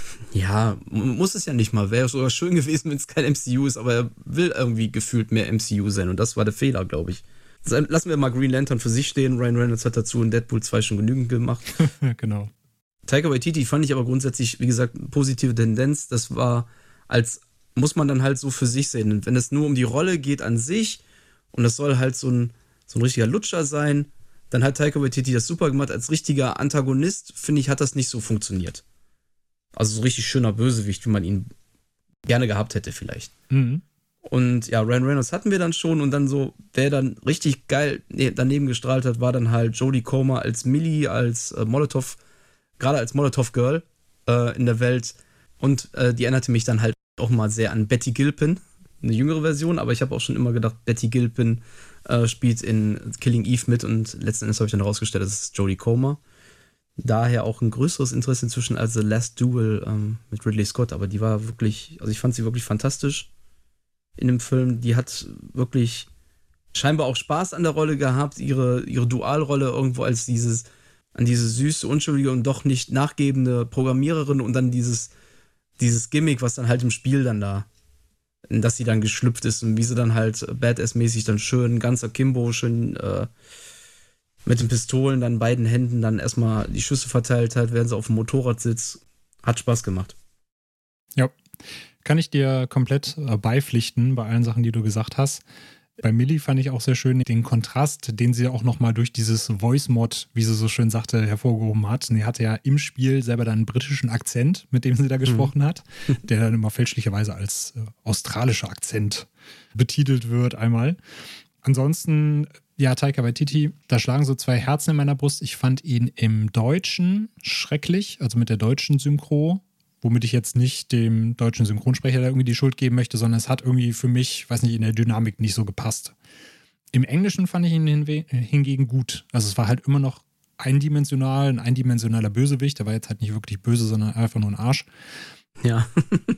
Ja, muss es ja nicht mal. Wäre sogar schön gewesen, wenn es kein M C U ist. Aber er will irgendwie gefühlt mehr M C U sein. Und das war der Fehler, glaube ich. Lassen wir mal Green Lantern für sich stehen. Ryan Reynolds hat dazu in Deadpool zwei schon genügend gemacht. Genau. Taika Waititi fand ich aber grundsätzlich, wie gesagt, positive Tendenz. Das war als, muss man dann halt so für sich sehen. Und wenn es nur um die Rolle geht an sich und das soll halt so ein, so ein richtiger Lutscher sein, dann hat Taika Waititi das super gemacht. Als richtiger Antagonist, finde ich, hat das nicht so funktioniert. Also so richtig schöner Bösewicht, wie man ihn gerne gehabt hätte vielleicht. Mhm. Und ja, Ryan Reynolds hatten wir dann schon und dann so, wer dann richtig geil daneben gestrahlt hat, war dann halt Jodie Comer als Millie, als äh, Molotov, gerade als Molotov-Girl äh, in der Welt. Und äh, die erinnerte mich dann halt auch mal sehr an Betty Gilpin, eine jüngere Version, aber ich habe auch schon immer gedacht, Betty Gilpin äh, spielt in Killing Eve mit und letzten Endes habe ich dann herausgestellt, das ist Jodie Comer. Daher auch ein größeres Interesse inzwischen als The Last Duel ähm, mit Ridley Scott, aber die war wirklich, also ich fand sie wirklich fantastisch in dem Film. Die hat wirklich scheinbar auch Spaß an der Rolle gehabt, ihre, ihre Dualrolle irgendwo als dieses, an diese süße, unschuldige und doch nicht nachgebende Programmiererin und dann dieses, dieses Gimmick, was dann halt im Spiel dann da, in das sie dann geschlüpft ist und wie sie dann halt Badass-mäßig dann schön, ganz akimbo, schön äh, mit den Pistolen dann beiden Händen dann erstmal die Schüsse verteilt hat, während sie auf dem Motorrad sitzt. Hat Spaß gemacht. Ja. Kann ich dir komplett äh, beipflichten bei allen Sachen, die du gesagt hast. Bei Millie fand ich auch sehr schön den Kontrast, den sie auch nochmal durch dieses Voice-Mod, wie sie so schön sagte, hervorgehoben hat. Sie hatte ja im Spiel selber dann einen britischen Akzent, mit dem sie da gesprochen mhm. hat, der dann immer fälschlicherweise als äh, australischer Akzent betitelt wird einmal. Ansonsten, ja, Taika Waititi, da schlagen so zwei Herzen in meiner Brust. Ich fand ihn im Deutschen schrecklich, also mit der deutschen Synchro, womit ich jetzt nicht dem deutschen Synchronsprecher da irgendwie die Schuld geben möchte, sondern es hat irgendwie für mich, weiß nicht, in der Dynamik nicht so gepasst. Im Englischen fand ich ihn hinwe- hingegen gut. Also es war halt immer noch eindimensional, ein eindimensionaler Bösewicht. Der war jetzt halt nicht wirklich böse, sondern einfach nur ein Arsch. Ja.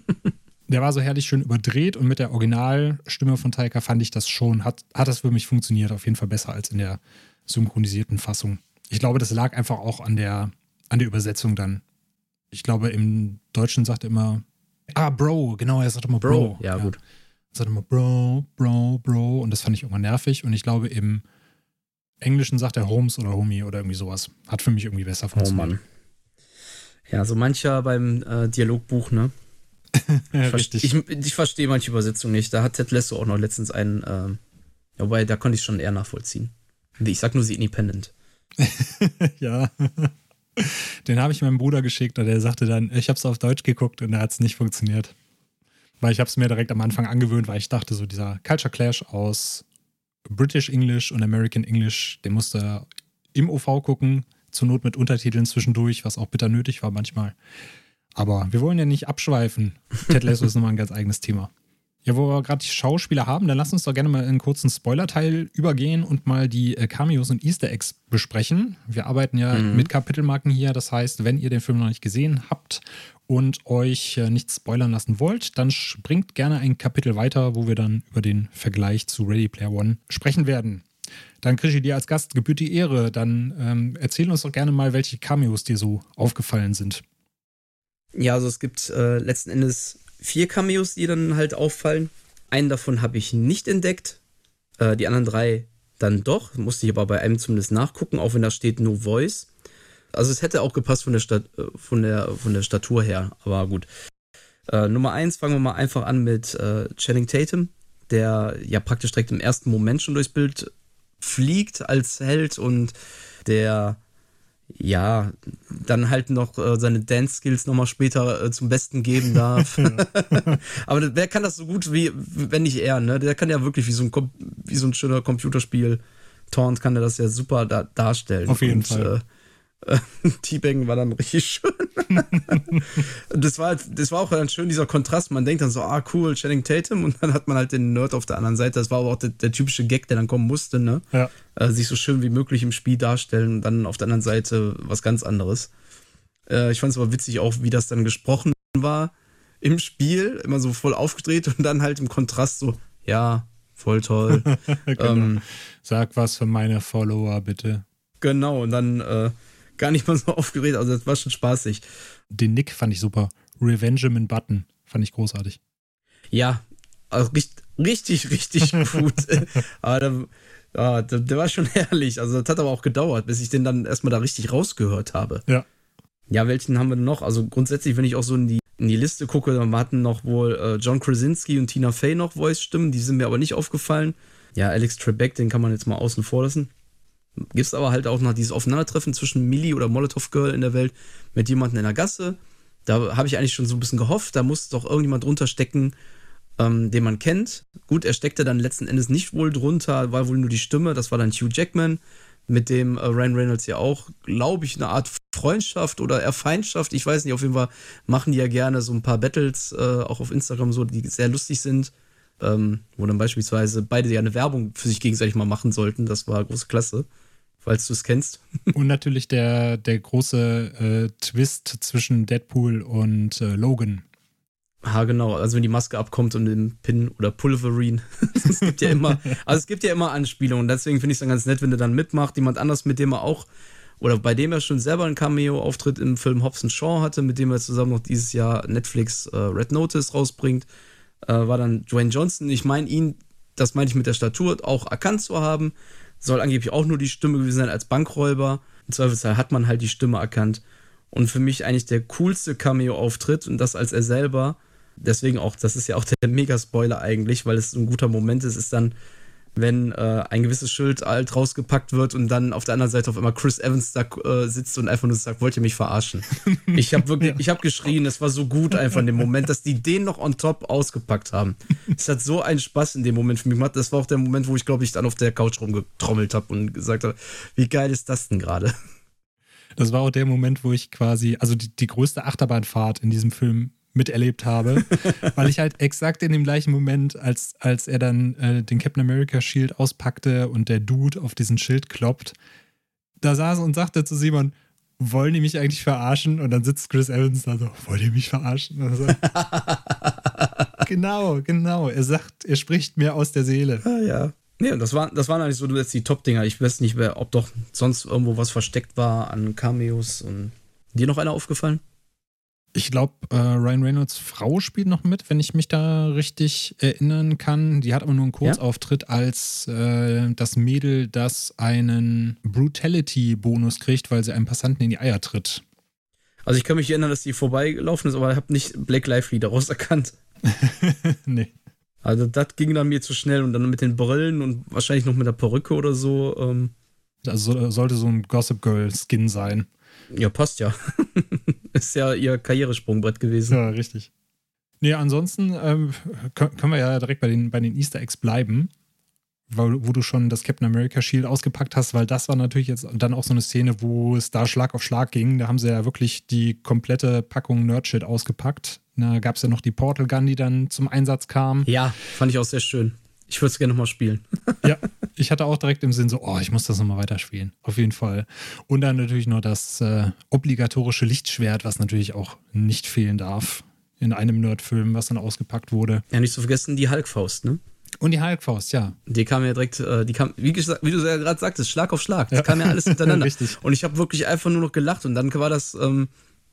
Der war so herrlich schön überdreht und mit der Originalstimme von Taika fand ich das schon, hat, hat das für mich funktioniert, auf jeden Fall besser als in der synchronisierten Fassung. Ich glaube, das lag einfach auch an der, an der Übersetzung dann. Ich glaube, im Deutschen sagt er immer, ah, Bro, genau, er sagt immer Bro. Bro, ja, ja, gut. Er sagt immer Bro, Bro, Bro und das fand ich irgendwann nervig und ich glaube, im Englischen sagt er Holmes oder Homie oder irgendwie sowas. Hat für mich irgendwie besser funktioniert. Oh Mann. Ja, so mancher beim äh, Dialogbuch, ne? Ja, ich, richtig. ich, ich verstehe manche Übersetzungen nicht. Da hat Ted Lasso auch noch letztens einen, ähm, wobei, da konnte ich schon eher nachvollziehen. Ich sag nur sie Independent. Ja. Den habe ich meinem Bruder geschickt und der sagte dann, ich habe es auf Deutsch geguckt und da hat es nicht funktioniert. Weil ich habe es mir direkt am Anfang angewöhnt, weil ich dachte, so dieser Culture Clash aus British English und American English, den musste er im O V gucken, zur Not mit Untertiteln zwischendurch, was auch bitter nötig war manchmal. Aber wir wollen ja nicht abschweifen. Ted Lasso ist nochmal ein ganz eigenes Thema. Ja, wo wir gerade die Schauspieler haben, dann lass uns doch gerne mal in einen kurzen Spoiler-Teil übergehen und mal die äh, Cameos und Easter Eggs besprechen. Wir arbeiten ja mhm. mit Kapitelmarken hier. Das heißt, wenn ihr den Film noch nicht gesehen habt und euch äh, nicht spoilern lassen wollt, dann springt gerne ein Kapitel weiter, wo wir dann über den Vergleich zu Ready Player One sprechen werden. Dann, Krischi, dir als Gast gebührt die Ehre. Dann ähm, erzähl uns doch gerne mal, welche Cameos dir so aufgefallen sind. Ja, also es gibt äh, letzten Endes vier Cameos, die dann halt auffallen. Einen davon habe ich nicht entdeckt. Äh, die anderen drei dann doch. Musste ich aber bei einem zumindest nachgucken, auch wenn da steht No Voice. Also es hätte auch gepasst von der, Stat- von der, von der Statur her, aber gut. Äh, Nummer eins, fangen wir mal einfach an mit äh, Channing Tatum, der ja praktisch direkt im ersten Moment schon durchs Bild fliegt als Held und der ja, dann halt noch äh, seine Dance-Skills nochmal später äh, zum Besten geben darf. Aber wer kann das so gut wie, wenn nicht er, ne? Der kann ja wirklich wie so ein, wie so ein schöner Computerspiel, Taunt kann er das ja super da, darstellen. Auf jeden Und, Fall. Äh, Teabaggen war dann richtig schön. das, war, das war auch dann schön, dieser Kontrast. Man denkt dann so, ah cool, Channing Tatum, und dann hat man halt den Nerd auf der anderen Seite. Das war aber auch der, der typische Gag, der dann kommen musste, ne? Ja. Äh, sich so schön wie möglich im Spiel darstellen und dann auf der anderen Seite was ganz anderes. Äh, ich fand es aber witzig auch, wie das dann gesprochen war im Spiel, immer so voll aufgedreht und dann halt im Kontrast so, ja, voll toll. Genau. ähm, Sag was für meine Follower, bitte. Genau, und dann äh, gar nicht mal so aufgeregt, also das war schon spaßig. Den Nick fand ich super. Revengemin Button fand ich großartig. Ja, also richtig, richtig, richtig gut. Aber der, ja, der, der war schon herrlich. Also das hat aber auch gedauert, bis ich den dann erstmal da richtig rausgehört habe. Ja. Ja, welchen haben wir denn noch? Also grundsätzlich, wenn ich auch so in die, in die Liste gucke, dann hatten noch wohl äh, John Krasinski und Tina Fey noch Voice-Stimmen, die sind mir aber nicht aufgefallen. Ja, Alex Trebek, den kann man jetzt mal außen vor lassen. Gibt es aber halt auch noch dieses Aufeinandertreffen zwischen Millie oder Molotov Girl in der Welt mit jemandem in der Gasse. Da habe ich eigentlich schon so ein bisschen gehofft, da muss doch irgendjemand drunter stecken, ähm, den man kennt. Gut, er steckte dann letzten Endes nicht wohl drunter, war wohl nur die Stimme, das war dann Hugh Jackman, mit dem äh, Ryan Reynolds ja auch, glaube ich, eine Art Freundschaft oder eher Feindschaft, ich weiß nicht, auf jeden Fall machen die ja gerne so ein paar Battles, äh, auch auf Instagram so, die sehr lustig sind. Ähm, wo dann beispielsweise beide ja eine Werbung für sich gegenseitig mal machen sollten. Das war große Klasse, falls du es kennst. Und natürlich der, der große äh, Twist zwischen Deadpool und äh, Logan. Ah, genau. Also wenn die Maske abkommt und den Pin oder Pulverine. es gibt ja immer, also es gibt ja immer Anspielungen. Deswegen finde ich es dann ganz nett, wenn der dann mitmacht. Jemand anders, mit dem er auch, oder bei dem er schon selber einen Cameo-Auftritt im Film Hobbs and Shaw hatte, mit dem er zusammen noch dieses Jahr Netflix äh, Red Notice rausbringt, Äh, war dann Dwayne Johnson. Ich meine ihn, das meine ich mit der Statur, auch erkannt zu haben. Soll angeblich auch nur die Stimme gewesen sein als Bankräuber. Im Zweifelsfall hat man halt die Stimme erkannt. Und für mich eigentlich der coolste Cameo-Auftritt und das als er selber. Deswegen auch, das ist ja auch der Mega-Spoiler eigentlich, weil es so ein guter Moment ist, ist dann, wenn äh, ein gewisses Schild alt rausgepackt wird und dann auf der anderen Seite auf einmal Chris Evans da äh, sitzt und einfach nur sagt, wollt ihr mich verarschen? Ich habe wirklich, ja. ich habe geschrien, es war so gut einfach in dem Moment, dass die den noch on top ausgepackt haben. Es hat so einen Spaß in dem Moment für mich gemacht. Das war auch der Moment, wo ich, glaube ich, dann auf der Couch rumgetrommelt habe und gesagt habe, wie geil ist das denn gerade? Das war auch der Moment, wo ich quasi, also die, die größte Achterbahnfahrt in diesem Film miterlebt habe, weil ich halt exakt in dem gleichen Moment, als, als er dann äh, den Captain America Shield auspackte und der Dude auf diesen Schild kloppt, da saß und sagte zu Simon, wollen die mich eigentlich verarschen? Und dann sitzt Chris Evans da so, wollt ihr mich verarschen? Also, genau, genau. Er sagt, er spricht mir aus der Seele. Ah, ja. Nee, das, war, das waren eigentlich so jetzt die Top-Dinger. Ich weiß nicht, wer, ob doch sonst irgendwo was versteckt war an Cameos. Und dir noch einer aufgefallen? Ich glaube, äh, Ryan Reynolds' Frau spielt noch mit, wenn ich mich da richtig erinnern kann. Die hat aber nur einen Kurzauftritt ja? als äh, das Mädel, das einen Brutality-Bonus kriegt, weil sie einem Passanten in die Eier tritt. Also ich kann mich erinnern, dass die vorbeigelaufen ist, aber ich habe nicht Blake Lively daraus erkannt. Nee. Also das ging dann mir zu schnell und dann mit den Brillen und wahrscheinlich noch mit der Perücke oder so. Ähm. Also sollte so ein Gossip Girl-Skin sein. Ja, passt ja. Ist ja ihr Karrieresprungbrett gewesen. Ja, richtig. Nee, ansonsten ähm, können wir ja direkt bei den, bei den Easter Eggs bleiben, weil, wo du schon das Captain America Shield ausgepackt hast, weil das war natürlich jetzt dann auch so eine Szene, wo es da Schlag auf Schlag ging. Da haben sie ja wirklich die komplette Packung Nerdshit ausgepackt. Da gab es ja noch die Portal Gun, die dann zum Einsatz kam. Ja, fand ich auch sehr schön. Ich würde es gerne nochmal spielen. Ja, ich hatte auch direkt im Sinn so, oh, ich muss das nochmal weiterspielen. Auf jeden Fall. Und dann natürlich noch das äh, obligatorische Lichtschwert, was natürlich auch nicht fehlen darf in einem Nerdfilm, was dann ausgepackt wurde. Ja, nicht zu vergessen, die Hulk-Faust, ne? Und die Hulk-Faust, ja. Die kam ja direkt, äh, die kam, wie, gesagt, wie du ja gerade sagtest, Schlag auf Schlag. Das ja. kam ja alles hintereinander. Richtig. Und ich habe wirklich einfach nur noch gelacht. Und dann war das, ähm,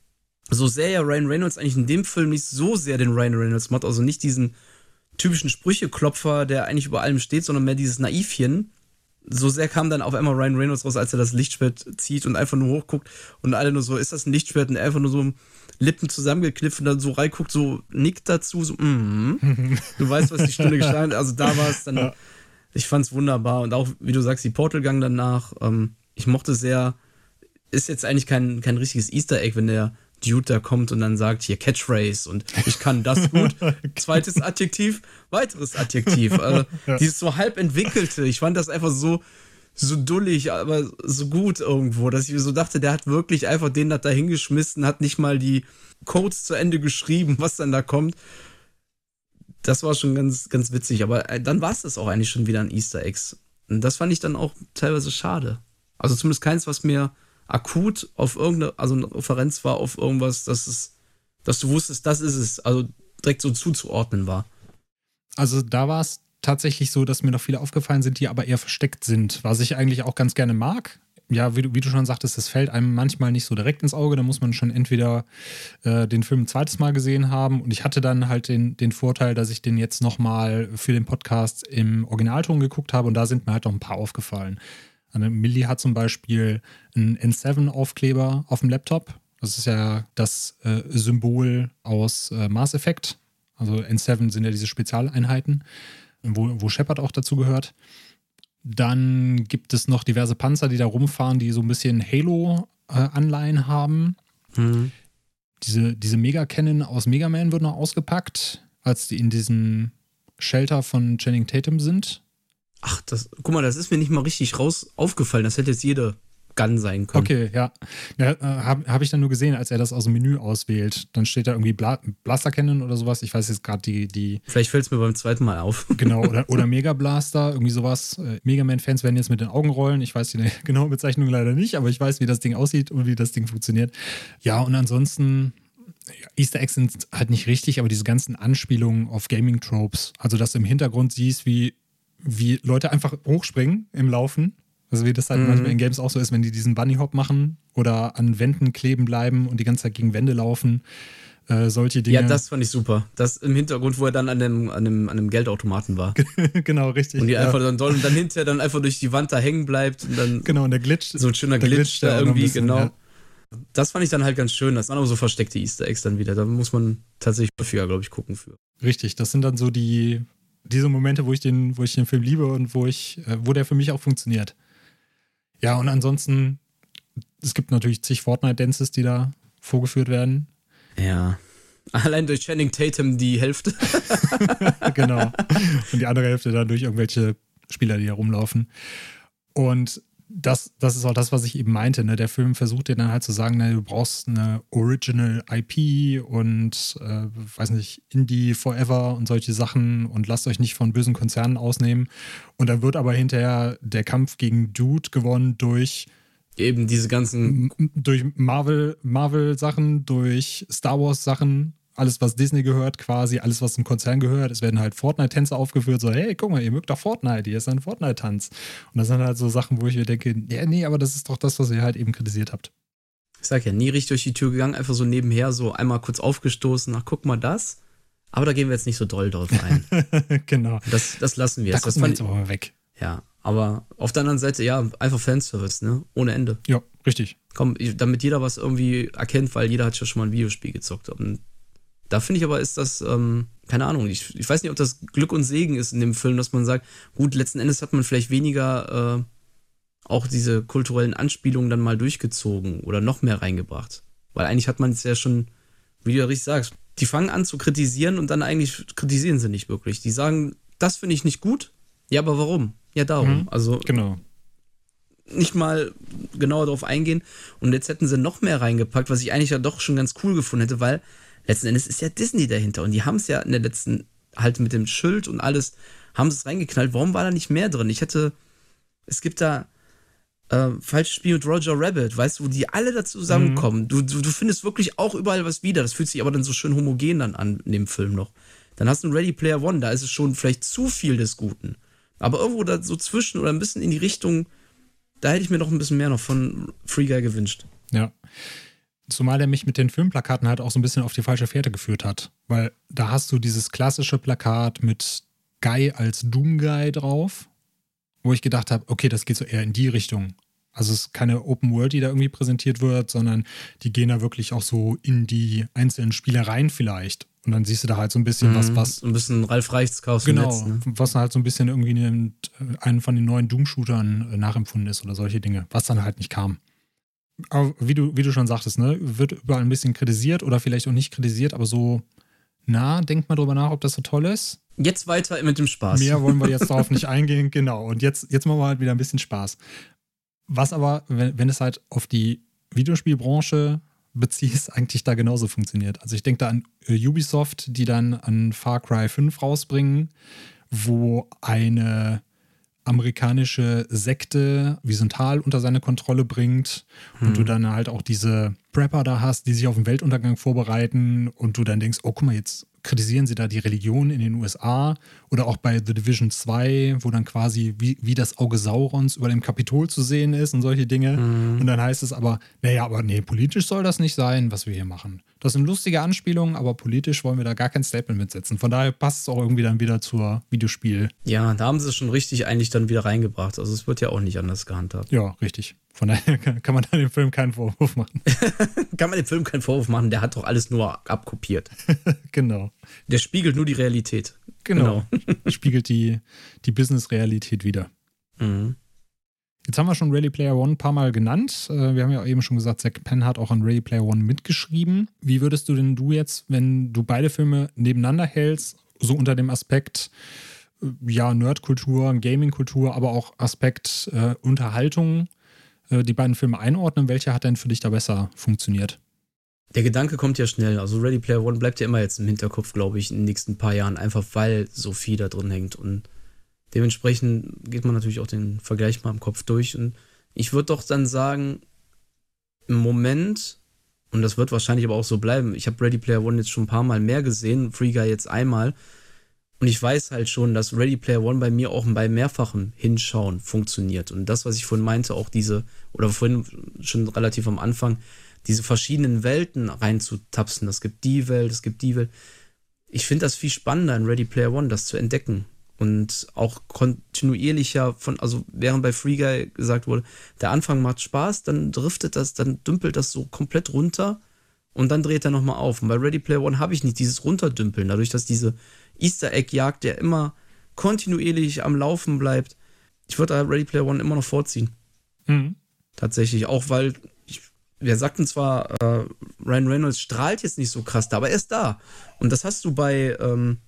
so sehr ja Ryan Reynolds eigentlich in dem Film nicht so sehr den Ryan Reynolds macht, also nicht diesen typischen Sprücheklopfer, der eigentlich über allem steht, sondern mehr dieses Naivchen. So sehr kam dann auf einmal Ryan Reynolds raus, als er das Lichtschwert zieht und einfach nur hochguckt und alle nur so, ist das ein Lichtschwert? Und er einfach nur so Lippen zusammengekniffen und dann so reinguckt, so nickt dazu, so, mm, du weißt, was die Stunde geschlagen hat. Also da war es dann, ja. Ich fand's wunderbar. Und auch, wie du sagst, die Portalgang danach, ähm, ich mochte sehr, ist jetzt eigentlich kein, kein richtiges Easter Egg, wenn der Dude da kommt und dann sagt, hier Catchphrase und ich kann das gut. Zweites Adjektiv, weiteres Adjektiv. Also, ja. Dieses so halb entwickelte, ich fand das einfach so, so dullig, aber so gut irgendwo, dass ich mir so dachte, der hat wirklich einfach den da hingeschmissen, hat nicht mal die Codes zu Ende geschrieben, was dann da kommt. Das war schon ganz, ganz witzig, aber dann war es das auch eigentlich schon wieder an Easter Eggs. Und das fand ich dann auch teilweise schade. Also zumindest keins, was mir akut auf irgendeine, also eine Referenz war auf irgendwas, dass es, dass du wusstest, das ist es, also direkt so zuzuordnen war. Also da war es tatsächlich so, dass mir noch viele aufgefallen sind, die aber eher versteckt sind, was ich eigentlich auch ganz gerne mag. Ja, wie du, wie du schon sagtest, das fällt einem manchmal nicht so direkt ins Auge, da muss man schon entweder äh, den Film ein zweites Mal gesehen haben und ich hatte dann halt den, den Vorteil, dass ich den jetzt nochmal für den Podcast im Originalton geguckt habe und da sind mir halt noch ein paar aufgefallen. Millie hat zum Beispiel einen N sieben Aufkleber auf dem Laptop. Das ist ja das äh, Symbol aus äh, Mass Effect. Also N sieben sind ja diese Spezialeinheiten, wo, wo Shepard auch dazu gehört. Dann gibt es noch diverse Panzer, die da rumfahren, die so ein bisschen Halo-Anleihen äh, haben. Mhm. Diese, diese Mega-Cannon aus Mega Man wird noch ausgepackt, als die in diesem Shelter von Channing Tatum sind. Ach, das, guck mal, das ist mir nicht mal richtig raus aufgefallen. Das hätte jetzt jede Gun sein können. Okay, ja. ja äh, Habe hab ich dann nur gesehen, als er das aus dem Menü auswählt. Dann steht da irgendwie Bla Blaster Cannon oder sowas. Ich weiß jetzt gerade die, die. Vielleicht fällt es mir beim zweiten Mal auf. Genau, oder, oder Mega Blaster, irgendwie sowas. Äh, Mega Man-Fans werden jetzt mit den Augen rollen. Ich weiß die genaue Bezeichnung leider nicht, aber ich weiß, wie das Ding aussieht und wie das Ding funktioniert. Ja, und ansonsten. Easter Eggs sind halt nicht richtig, aber diese ganzen Anspielungen auf Gaming-Tropes. Also, dass du im Hintergrund siehst, wie. wie Leute einfach hochspringen im Laufen. Also wie das halt mhm. manchmal in Games auch so ist, wenn die diesen Bunny-Hop machen oder an Wänden kleben bleiben und die ganze Zeit gegen Wände laufen. Äh, solche Dinge. Ja, das fand ich super. Das im Hintergrund, wo er dann an dem, an dem, an dem Geldautomaten war. Genau, richtig. Und die ja. einfach dann, und dann hinterher dann einfach durch die Wand da hängen bleibt. Und dann genau, und der Glitch. So ein schöner Glitch, Glitch da irgendwie, bisschen, genau. Ja. Das fand ich dann halt ganz schön. Das waren aber so versteckte Easter Eggs dann wieder. Da muss man tatsächlich häufiger, glaube ich, gucken für. Richtig, das sind dann so die diese Momente, wo ich den, wo ich den Film liebe und wo ich, wo der für mich auch funktioniert. Ja, und ansonsten, es gibt natürlich zig Fortnite-Dances, die da vorgeführt werden. Ja. Allein durch Channing Tatum die Hälfte. Genau. Und die andere Hälfte dann durch irgendwelche Spieler, die da rumlaufen. Und das, das ist auch das, was ich eben meinte. Ne? Der Film versucht dir dann halt zu sagen, ne, du brauchst eine Original I P und äh, weiß nicht, Indie Forever und solche Sachen und lasst euch nicht von bösen Konzernen ausnehmen. Und dann wird aber hinterher der Kampf gegen Dude gewonnen durch eben diese ganzen durch Marvel, Marvel-Sachen, durch Star Wars-Sachen. Alles, was Disney gehört quasi, alles, was zum Konzern gehört. Es werden halt Fortnite-Tänze aufgeführt, so, hey, guck mal, ihr mögt doch Fortnite, hier ist ein Fortnite-Tanz. Und das sind halt so Sachen, wo ich mir denke, ja, nee, aber das ist doch das, was ihr halt eben kritisiert habt. Ich sag ja, nie richtig durch die Tür gegangen, einfach so nebenher so einmal kurz aufgestoßen, ach, guck mal das. Aber da gehen wir jetzt nicht so doll drauf ein. Genau. Das, das lassen wir Da jetzt. Das gucken wir fand jetzt aber mal weg. Ja, aber auf der anderen Seite, ja, einfach Fanservice, ne? Ohne Ende. Ja, richtig. Komm, damit jeder was irgendwie erkennt, weil jeder hat ja schon mal ein Videospiel gezockt. Und da finde ich aber, ist das, ähm, keine Ahnung, ich, ich weiß nicht, ob das Glück und Segen ist in dem Film, dass man sagt, gut, letzten Endes hat man vielleicht weniger äh, auch diese kulturellen Anspielungen dann mal durchgezogen oder noch mehr reingebracht. Weil eigentlich hat man es ja schon, wie du ja richtig sagst, die fangen an zu kritisieren und dann eigentlich kritisieren sie nicht wirklich. Die sagen, das finde ich nicht gut. Ja, aber warum? Ja, darum. Mhm, also genau. Nicht mal genauer darauf eingehen. Und jetzt hätten sie noch mehr reingepackt, was ich eigentlich ja doch schon ganz cool gefunden hätte, weil letzten Endes ist ja Disney dahinter. Und die haben es ja in der letzten, halt mit dem Schild und alles, haben sie es reingeknallt. Warum war da nicht mehr drin? Ich hätte, es gibt da äh, falsches Spiel mit Roger Rabbit, weißt du, wo die alle da zusammenkommen. Mhm. Du, du, du findest wirklich auch überall was wieder. Das fühlt sich aber dann so schön homogen dann an in dem Film noch. Dann hast du einen Ready Player One, da ist es schon vielleicht zu viel des Guten. Aber irgendwo da so zwischen oder ein bisschen in die Richtung, da hätte ich mir noch ein bisschen mehr noch von Free Guy gewünscht. Ja. Zumal er mich mit den Filmplakaten halt auch so ein bisschen auf die falsche Fährte geführt hat. Weil da hast du dieses klassische Plakat mit Guy als Doom Guy drauf, wo ich gedacht habe, okay, das geht so eher in die Richtung. Also es ist keine Open World, die da irgendwie präsentiert wird, sondern die gehen da wirklich auch so in die einzelnen Spielereien vielleicht. Und dann siehst du da halt so ein bisschen was, was... So ein bisschen Ralf Reichs-Chaos Genau, im Netz, ne? Was halt so ein bisschen irgendwie einen, einen von den neuen Doom-Shootern nachempfunden ist oder solche Dinge, was dann halt nicht kam. Aber wie du, wie du schon sagtest, ne, wird überall ein bisschen kritisiert oder vielleicht auch nicht kritisiert, aber so, na, denkt mal drüber nach, ob das so toll ist. Jetzt weiter mit dem Spaß. Mehr wollen wir jetzt darauf nicht eingehen, genau. Und jetzt, jetzt machen wir halt wieder ein bisschen Spaß. Was aber, wenn, wenn es halt auf die Videospielbranche beziehst, eigentlich da genauso funktioniert. Also ich denke da an Ubisoft, die dann an Far Cry fünf rausbringen, wo eine amerikanische Sekte Visental unter seine Kontrolle bringt und hm. du dann halt auch diese Prepper da hast, die sich auf den Weltuntergang vorbereiten und du dann denkst, oh guck mal, jetzt kritisieren sie da die Religion in den U S A oder auch bei The Division zwei, wo dann quasi wie, wie das Auge Saurons über dem Kapitol zu sehen ist und solche Dinge. Mhm. Und dann heißt es aber, naja, aber nee, politisch soll das nicht sein, was wir hier machen. Das sind lustige Anspielungen, aber politisch wollen wir da gar kein Statement mitsetzen. Von daher passt es auch irgendwie dann wieder zur Videospiel. Ja, da haben sie es schon richtig eigentlich dann wieder reingebracht. Also es wird ja auch nicht anders gehandhabt. Ja, richtig. Von daher kann man da dem Film keinen Vorwurf machen. Kann man dem Film keinen Vorwurf machen, der hat doch alles nur abkopiert. Genau. Der spiegelt nur die Realität. Genau. genau. Spiegelt die, die Business-Realität wider. Mhm. Jetzt haben wir schon Ready Player One ein paar Mal genannt. Wir haben ja eben schon gesagt, Zack Penn hat auch an Ready Player One mitgeschrieben. Wie würdest du denn du jetzt, wenn du beide Filme nebeneinander hältst, so unter dem Aspekt ja, Nerdkultur, Gamingkultur, aber auch Aspekt äh, Unterhaltung, äh, die beiden Filme einordnen? Welcher hat denn für dich da besser funktioniert? Der Gedanke kommt ja schnell. Also Ready Player One bleibt ja immer jetzt im Hinterkopf, glaube ich, in den nächsten paar Jahren, einfach weil so viel da drin hängt. Und dementsprechend geht man natürlich auch den Vergleich mal im Kopf durch. Und ich würde doch dann sagen, im Moment, und das wird wahrscheinlich aber auch so bleiben, ich habe Ready Player One jetzt schon ein paar Mal mehr gesehen, Free Guy jetzt einmal. Und ich weiß halt schon, dass Ready Player One bei mir auch bei mehrfachem Hinschauen funktioniert. Und das, was ich vorhin meinte, auch diese, oder vorhin schon relativ am Anfang, diese verschiedenen Welten reinzutapsen. Es gibt die Welt, es gibt die Welt. Ich finde das viel spannender in Ready Player One, das zu entdecken. Und auch kontinuierlicher von, also während bei Free Guy gesagt wurde, der Anfang macht Spaß, dann driftet das, dann dümpelt das so komplett runter und dann dreht er nochmal auf. Und bei Ready Player One habe ich nicht dieses Runterdümpeln, dadurch, dass diese Easter Egg-Jagd, der immer kontinuierlich am Laufen bleibt. Ich würde da Ready Player One immer noch vorziehen. Mhm. Tatsächlich, auch weil wir sagten zwar, äh, Ryan Reynolds strahlt jetzt nicht so krass da, aber er ist da. Und das hast du bei, ähm,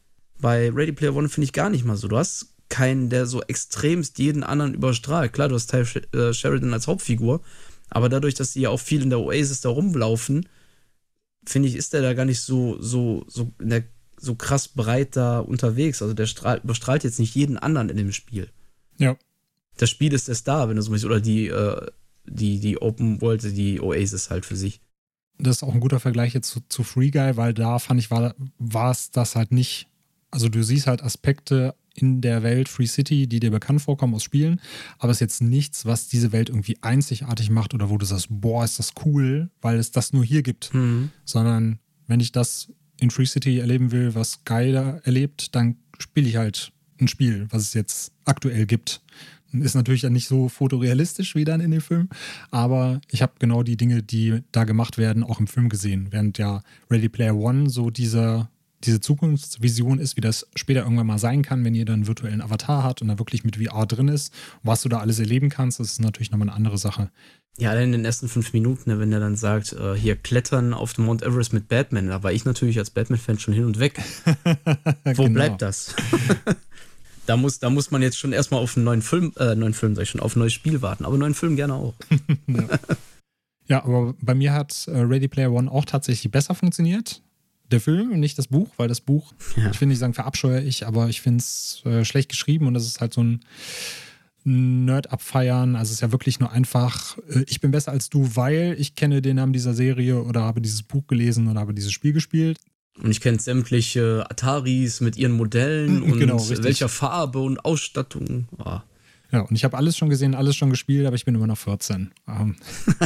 bei Ready Player One, finde ich, gar nicht mal so. Du hast keinen, der so extremst jeden anderen überstrahlt. Klar, du hast Ty äh, Sheridan als Hauptfigur, aber dadurch, dass die ja auch viel in der Oasis da rumlaufen, finde ich, ist der da gar nicht so, so, so, in der, so krass breit da unterwegs. Also der strahlt, überstrahlt jetzt nicht jeden anderen in dem Spiel. Ja. Das Spiel ist der Star, wenn du so möchtest, oder die, äh, die, die Open World, die Oasis halt für sich. Das ist auch ein guter Vergleich jetzt zu, zu Free Guy, weil da fand ich, war, war es das halt nicht. Also du siehst halt Aspekte in der Welt Free City, die dir bekannt vorkommen aus Spielen, aber es ist jetzt nichts, was diese Welt irgendwie einzigartig macht oder wo du sagst, boah, ist das cool, weil es das nur hier gibt. Mhm. Sondern wenn ich das in Free City erleben will, was Guy erlebt, dann spiele ich halt ein Spiel, was es jetzt aktuell gibt. Ist natürlich dann nicht so fotorealistisch wie dann in dem Film, aber ich habe genau die Dinge, die da gemacht werden, auch im Film gesehen. Während ja Ready Player One so dieser, diese Zukunftsvision ist, wie das später irgendwann mal sein kann, wenn ihr dann einen virtuellen Avatar habt und da wirklich mit V R drin ist, was du da alles erleben kannst, das ist natürlich nochmal eine andere Sache. Ja, allein in den ersten fünf Minuten, ne, wenn er dann sagt, äh, hier klettern auf dem Mount Everest mit Batman, da war ich natürlich als Batman-Fan schon hin und weg. Wo genau. bleibt das? Da muss, da muss man jetzt schon erstmal auf einen neuen Film, äh, neuen Film, sag ich schon, auf ein neues Spiel warten. Aber einen neuen Film gerne auch. ja. ja, aber bei mir hat äh, Ready Player One auch tatsächlich besser funktioniert. Der Film und nicht das Buch, weil das Buch, ja. ich will nicht sagen verabscheue ich, aber ich finde es äh, schlecht geschrieben und das ist halt so ein Nerd abfeiern. Also es ist ja wirklich nur einfach, äh, ich bin besser als du, weil ich kenne den Namen dieser Serie oder habe dieses Buch gelesen oder habe dieses Spiel gespielt. Und ich kenne sämtliche Ataris mit ihren Modellen und genau, welcher Farbe und Ausstattung. Oh. Ja, und ich habe alles schon gesehen, alles schon gespielt, aber ich bin immer noch vierzehn. Ähm.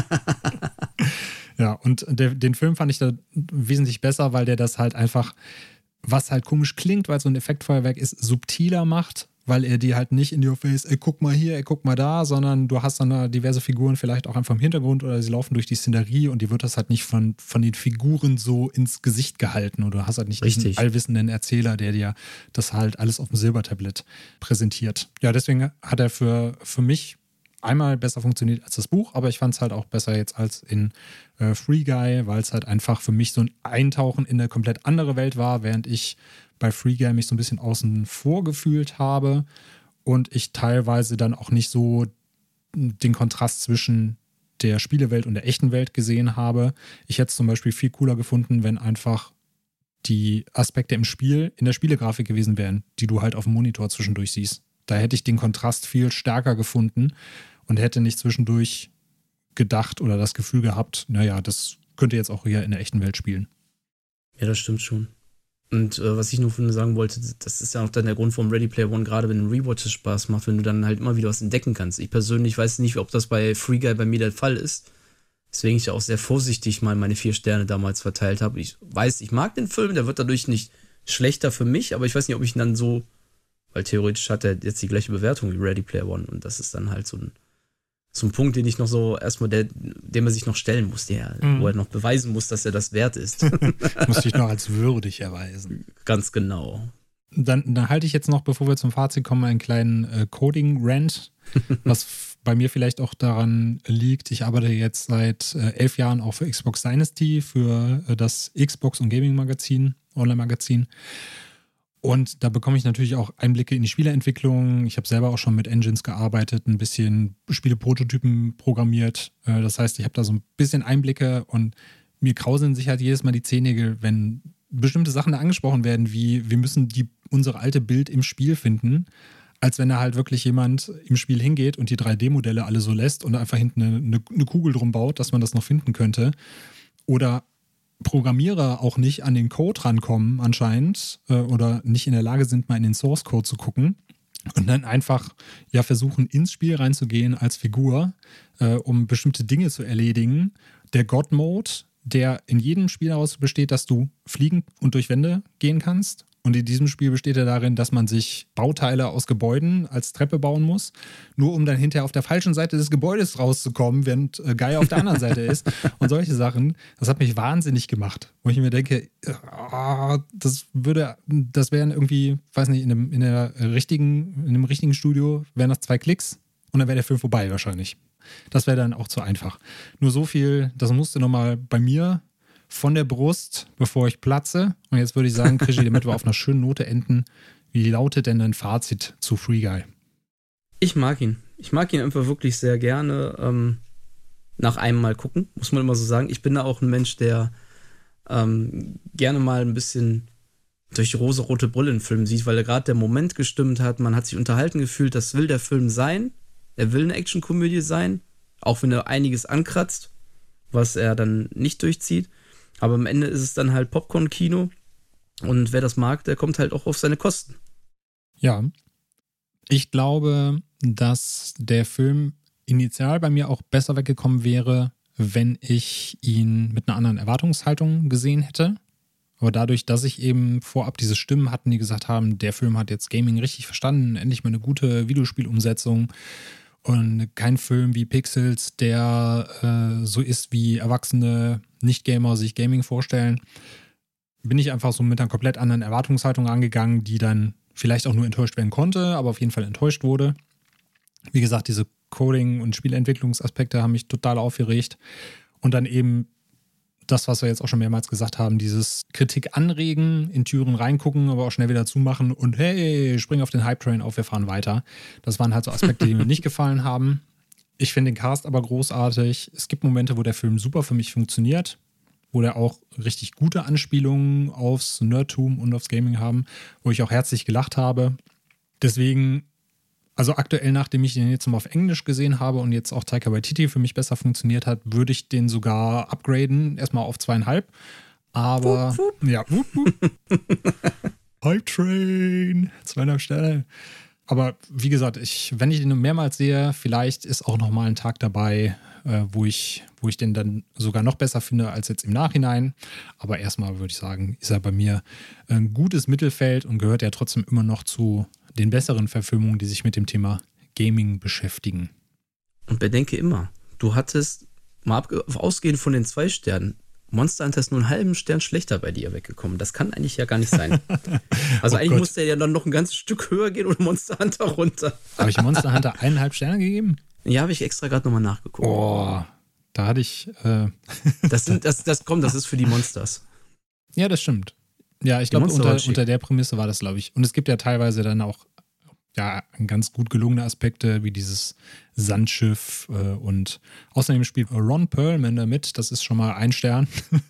ja, und der, den Film fand ich da wesentlich besser, weil der das halt einfach, was halt komisch klingt, weil so ein Effektfeuerwerk ist, subtiler macht, weil er die halt nicht in your face, ey, guck mal hier, ey, guck mal da, sondern du hast dann da diverse Figuren vielleicht auch einfach im Hintergrund oder sie laufen durch die Szenerie und dir wird das halt nicht von, von den Figuren so ins Gesicht gehalten oder du hast halt nicht Richtig. diesen allwissenden Erzähler, der dir das halt alles auf dem Silbertablett präsentiert. Ja, deswegen hat er für, für mich einmal besser funktioniert als das Buch, aber ich fand es halt auch besser jetzt als in äh, Free Guy, weil es halt einfach für mich so ein Eintauchen in eine komplett andere Welt war, während ich bei Free Guy mich so ein bisschen außen vor gefühlt habe und ich teilweise dann auch nicht so den Kontrast zwischen der Spielewelt und der echten Welt gesehen habe. Ich hätte es zum Beispiel viel cooler gefunden, wenn einfach die Aspekte im Spiel in der Spielegrafik gewesen wären, die du halt auf dem Monitor zwischendurch siehst. Da hätte ich den Kontrast viel stärker gefunden und hätte nicht zwischendurch gedacht oder das Gefühl gehabt, naja, das könnte jetzt auch hier in der echten Welt spielen. Ja, das stimmt schon. Und äh, was ich nur sagen wollte, das ist ja auch dann der Grund, warum Ready Player One gerade wenn ein Rewatch Spaß macht, wenn du dann halt immer wieder was entdecken kannst. Ich persönlich weiß nicht, ob das bei Free Guy bei mir der Fall ist. Deswegen ich ja auch sehr vorsichtig mal meine vier Sterne damals verteilt habe. Ich weiß, ich mag den Film, der wird dadurch nicht schlechter für mich, aber ich weiß nicht, ob ich ihn dann so, weil theoretisch hat er jetzt die gleiche Bewertung wie Ready Player One und das ist dann halt so ein So ein Punkt, den ich noch so erstmal, der, dem man sich noch stellen muss, der, mhm. wo er noch beweisen muss, dass er das wert ist. Muss dich noch als würdig erweisen. Ganz genau. Dann, dann halte ich jetzt noch, bevor wir zum Fazit kommen, einen kleinen äh, Coding-Rant, was f- bei mir vielleicht auch daran liegt. Ich arbeite jetzt seit äh, elf Jahren auch für Xbox Dynasty, für äh, das Xbox- und Gaming-Magazin, Online-Magazin. Und da bekomme ich natürlich auch Einblicke in die Spieleentwicklung. Ich habe selber auch schon mit Engines gearbeitet, ein bisschen Spieleprototypen programmiert. Das heißt, ich habe da so ein bisschen Einblicke und mir krauseln sich halt jedes Mal die Zehennägel, wenn bestimmte Sachen da angesprochen werden, wie wir müssen die, unsere alte Bild im Spiel finden, als wenn da halt wirklich jemand im Spiel hingeht und die drei D-Modelle alle so lässt und einfach hinten eine, eine, eine Kugel drum baut, dass man das noch finden könnte. Oder Programmierer auch nicht an den Code rankommen anscheinend äh, oder nicht in der Lage sind, mal in den Source Code zu gucken und dann einfach ja versuchen, ins Spiel reinzugehen als Figur, äh, um bestimmte Dinge zu erledigen. Der God-Mode, der in jedem Spiel daraus besteht, dass du fliegen und durch Wände gehen kannst. Und in diesem Spiel besteht er darin, dass man sich Bauteile aus Gebäuden als Treppe bauen muss, nur um dann hinterher auf der falschen Seite des Gebäudes rauszukommen, während äh, Guy auf der anderen Seite ist. Und solche Sachen, das hat mich wahnsinnig gemacht. Wo ich mir denke, oh, das würde, das wären irgendwie, weiß nicht, in einem, in der richtigen, in einem richtigen Studio wären das zwei Klicks und dann wäre der Film vorbei wahrscheinlich. Das wäre dann auch zu einfach. Nur so viel, das musste nochmal bei mir von der Brust, bevor ich platze. Und jetzt würde ich sagen, Krischi, damit wir auf einer schönen Note enden, wie lautet denn dein Fazit zu Free Guy? Ich mag ihn. Ich mag ihn einfach wirklich sehr gerne. Ähm, nach einem Mal gucken, muss man immer so sagen. Ich bin da auch ein Mensch, der ähm, gerne mal ein bisschen durch die rosarote Brille einen Film sieht, weil er gerade der Moment gestimmt hat. Man hat sich unterhalten gefühlt, das will der Film sein. Er will eine Actionkomödie sein, auch wenn er einiges ankratzt, was er dann nicht durchzieht. Aber am Ende ist es dann halt Popcorn-Kino und wer das mag, der kommt halt auch auf seine Kosten. Ja, ich glaube, dass der Film initial bei mir auch besser weggekommen wäre, wenn ich ihn mit einer anderen Erwartungshaltung gesehen hätte. Aber dadurch, dass ich eben vorab diese Stimmen hatten, die gesagt haben, der Film hat jetzt Gaming richtig verstanden, endlich mal eine gute Videospielumsetzung und kein Film wie Pixels, der äh, so ist, wie erwachsene Nicht-Gamer sich Gaming vorstellen, bin ich einfach so mit einer komplett anderen Erwartungshaltung angegangen, die dann vielleicht auch nur enttäuscht werden konnte, aber auf jeden Fall enttäuscht wurde. Wie gesagt, diese Coding- und Spielentwicklungsaspekte haben mich total aufgeregt. Und dann eben das, was wir jetzt auch schon mehrmals gesagt haben, dieses Kritik anregen, in Türen reingucken, aber auch schnell wieder zumachen und hey, spring auf den Hype-Train auf, wir fahren weiter. Das waren halt so Aspekte, die mir nicht gefallen haben. Ich finde den Cast aber großartig. Es gibt Momente, wo der Film super für mich funktioniert, wo der auch richtig gute Anspielungen aufs Nerdtum und aufs Gaming haben, wo ich auch herzlich gelacht habe. Deswegen, also aktuell, nachdem ich den jetzt mal auf Englisch gesehen habe und jetzt auch Taika Waititi für mich besser funktioniert hat, würde ich den sogar upgraden, erstmal auf zweieinhalb. Aber, wup, wup. ja, wup, wup. Hype Train, zweieinhalb Sterne. Aber wie gesagt, ich, wenn ich den mehrmals sehe, vielleicht ist auch noch mal ein Tag dabei, äh, wo ich, wo ich den dann sogar noch besser finde als jetzt im Nachhinein. Aber erstmal würde ich sagen, ist er bei mir ein gutes Mittelfeld und gehört ja trotzdem immer noch zu den besseren Verfilmungen, die sich mit dem Thema Gaming beschäftigen. Und bedenke immer, du hattest, mal ausgehend von den zwei Sternen, Monster Hunter ist nur einen halben Stern schlechter bei dir weggekommen. Das kann eigentlich ja gar nicht sein. Also oh eigentlich Gott. Musste er ja dann noch ein ganzes Stück höher gehen oder Monster Hunter runter. Habe ich Monster Hunter eineinhalb Sterne gegeben? Ja, habe ich extra gerade nochmal nachgeguckt. Oh, da hatte ich... Äh das, sind, das, das kommt, das ist für die Monsters. Ja, das stimmt. Ja, ich glaube, unter, unter der Prämisse war das, glaube ich. Und es gibt ja teilweise dann auch ja, ganz gut gelungene Aspekte, wie dieses Sandschiff äh, und außerdem spielt Ron Perlman da mit, das ist schon mal ein Stern.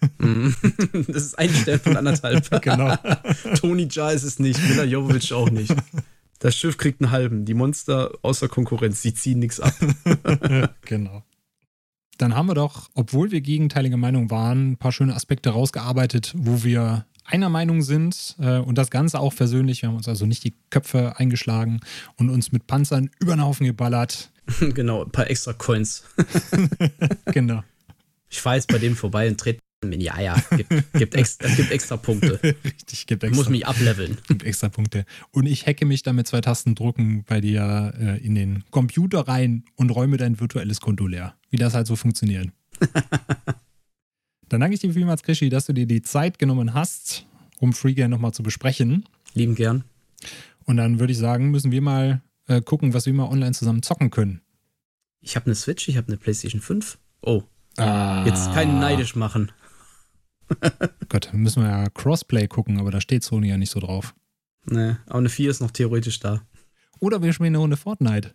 Das ist ein Stern von anderthalb. Genau. Tony Jaa ist es nicht, Mila Jovovich auch nicht. Das Schiff kriegt einen halben, die Monster außer Konkurrenz, die ziehen nichts ab. Genau. Dann haben wir doch, obwohl wir gegenteilige Meinung waren, ein paar schöne Aspekte rausgearbeitet, wo wir einer Meinung sind äh, und das Ganze auch versöhnlich. Wir haben uns also nicht die Köpfe eingeschlagen und uns mit Panzern über den Haufen geballert. Genau, ein paar extra Coins. Genau. Ich fahre jetzt bei dem vorbei und trete mir, ja, ja, gibt, gibt, extra, gibt extra Punkte. Richtig, gibt extra. Ich muss mich ableveln. Gibt extra Punkte. Und ich hacke mich dann mit zwei Tastendrucken bei dir äh, in den Computer rein und räume dein virtuelles Konto leer. Wie das halt so funktioniert. Dann danke ich dir vielmals, Krischi, dass du dir die Zeit genommen hast, um Free-Guy nochmal zu besprechen. Lieben gern. Und dann würde ich sagen, müssen wir mal äh, gucken, was wir mal online zusammen zocken können. Ich habe eine Switch, ich habe eine PlayStation fünf. Oh, ah. Jetzt keinen neidisch machen. Gott, müssen wir ja Crossplay gucken, aber da steht Sony ja nicht so drauf. Nee, aber eine vier ist noch theoretisch da. Oder wir spielen eine Runde Fortnite.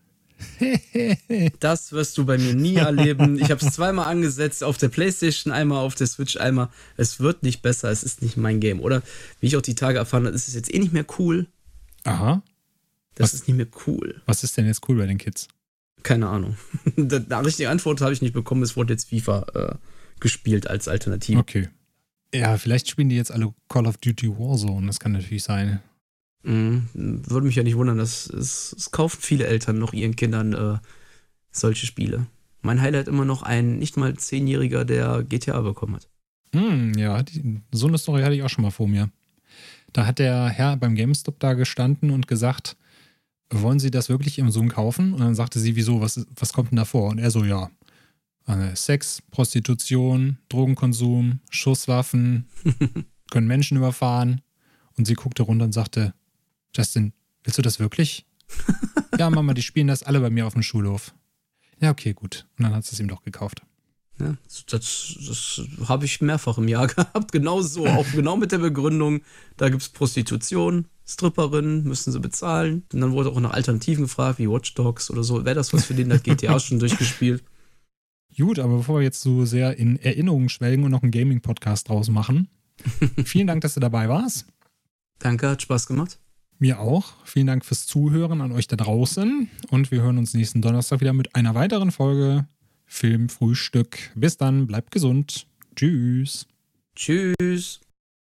Das wirst du bei mir nie erleben. Ich habe es zweimal angesetzt, auf der PlayStation, einmal auf der Switch, einmal. Es wird nicht besser, es ist nicht mein Game. Oder wie ich auch die Tage erfahren habe, ist es jetzt eh nicht mehr cool. Aha. Das was, ist nicht mehr cool. Was ist denn jetzt cool bei den Kids? Keine Ahnung. Eine richtige Antwort habe ich nicht bekommen. Es wurde jetzt FIFA äh, gespielt als Alternative. Okay. Ja, vielleicht spielen die jetzt alle Call of Duty Warzone. Das kann natürlich sein. Mhm. Würde mich ja nicht wundern, dass es, es kaufen viele Eltern noch ihren Kindern äh, solche Spiele. Mein Highlight immer noch ein nicht mal Zehnjähriger, der G T A bekommen hat. Mm, ja, die, so eine Story hatte ich auch schon mal vor mir. Da hat der Herr beim GameStop da gestanden und gesagt, wollen Sie das wirklich Ihrem Sohn kaufen? Und dann sagte sie, wieso, was, was kommt denn da vor? Und er so, ja, Sex, Prostitution, Drogenkonsum, Schusswaffen, können Menschen überfahren. Und sie guckte runter und sagte, Justin, willst du das wirklich? Ja, Mama, die spielen das alle bei mir auf dem Schulhof. Ja, okay, gut. Und dann hat sie es ihm doch gekauft. Ja, das, das, das habe ich mehrfach im Jahr gehabt. Genau so, auch genau mit der Begründung, da gibt es Prostitution, Stripperinnen, müssen sie bezahlen. Und dann wurde auch nach Alternativen gefragt, wie Watch Dogs oder so. Wäre das was für den, der G T A schon durchgespielt? Gut, aber bevor wir jetzt so sehr in Erinnerungen schwelgen und noch einen Gaming-Podcast draus machen, vielen Dank, dass du dabei warst. Danke, hat Spaß gemacht. Mir auch. Vielen Dank fürs Zuhören an euch da draußen. Und wir hören uns nächsten Donnerstag wieder mit einer weiteren Folge Filmfrühstück. Bis dann, bleibt gesund. Tschüss. Tschüss.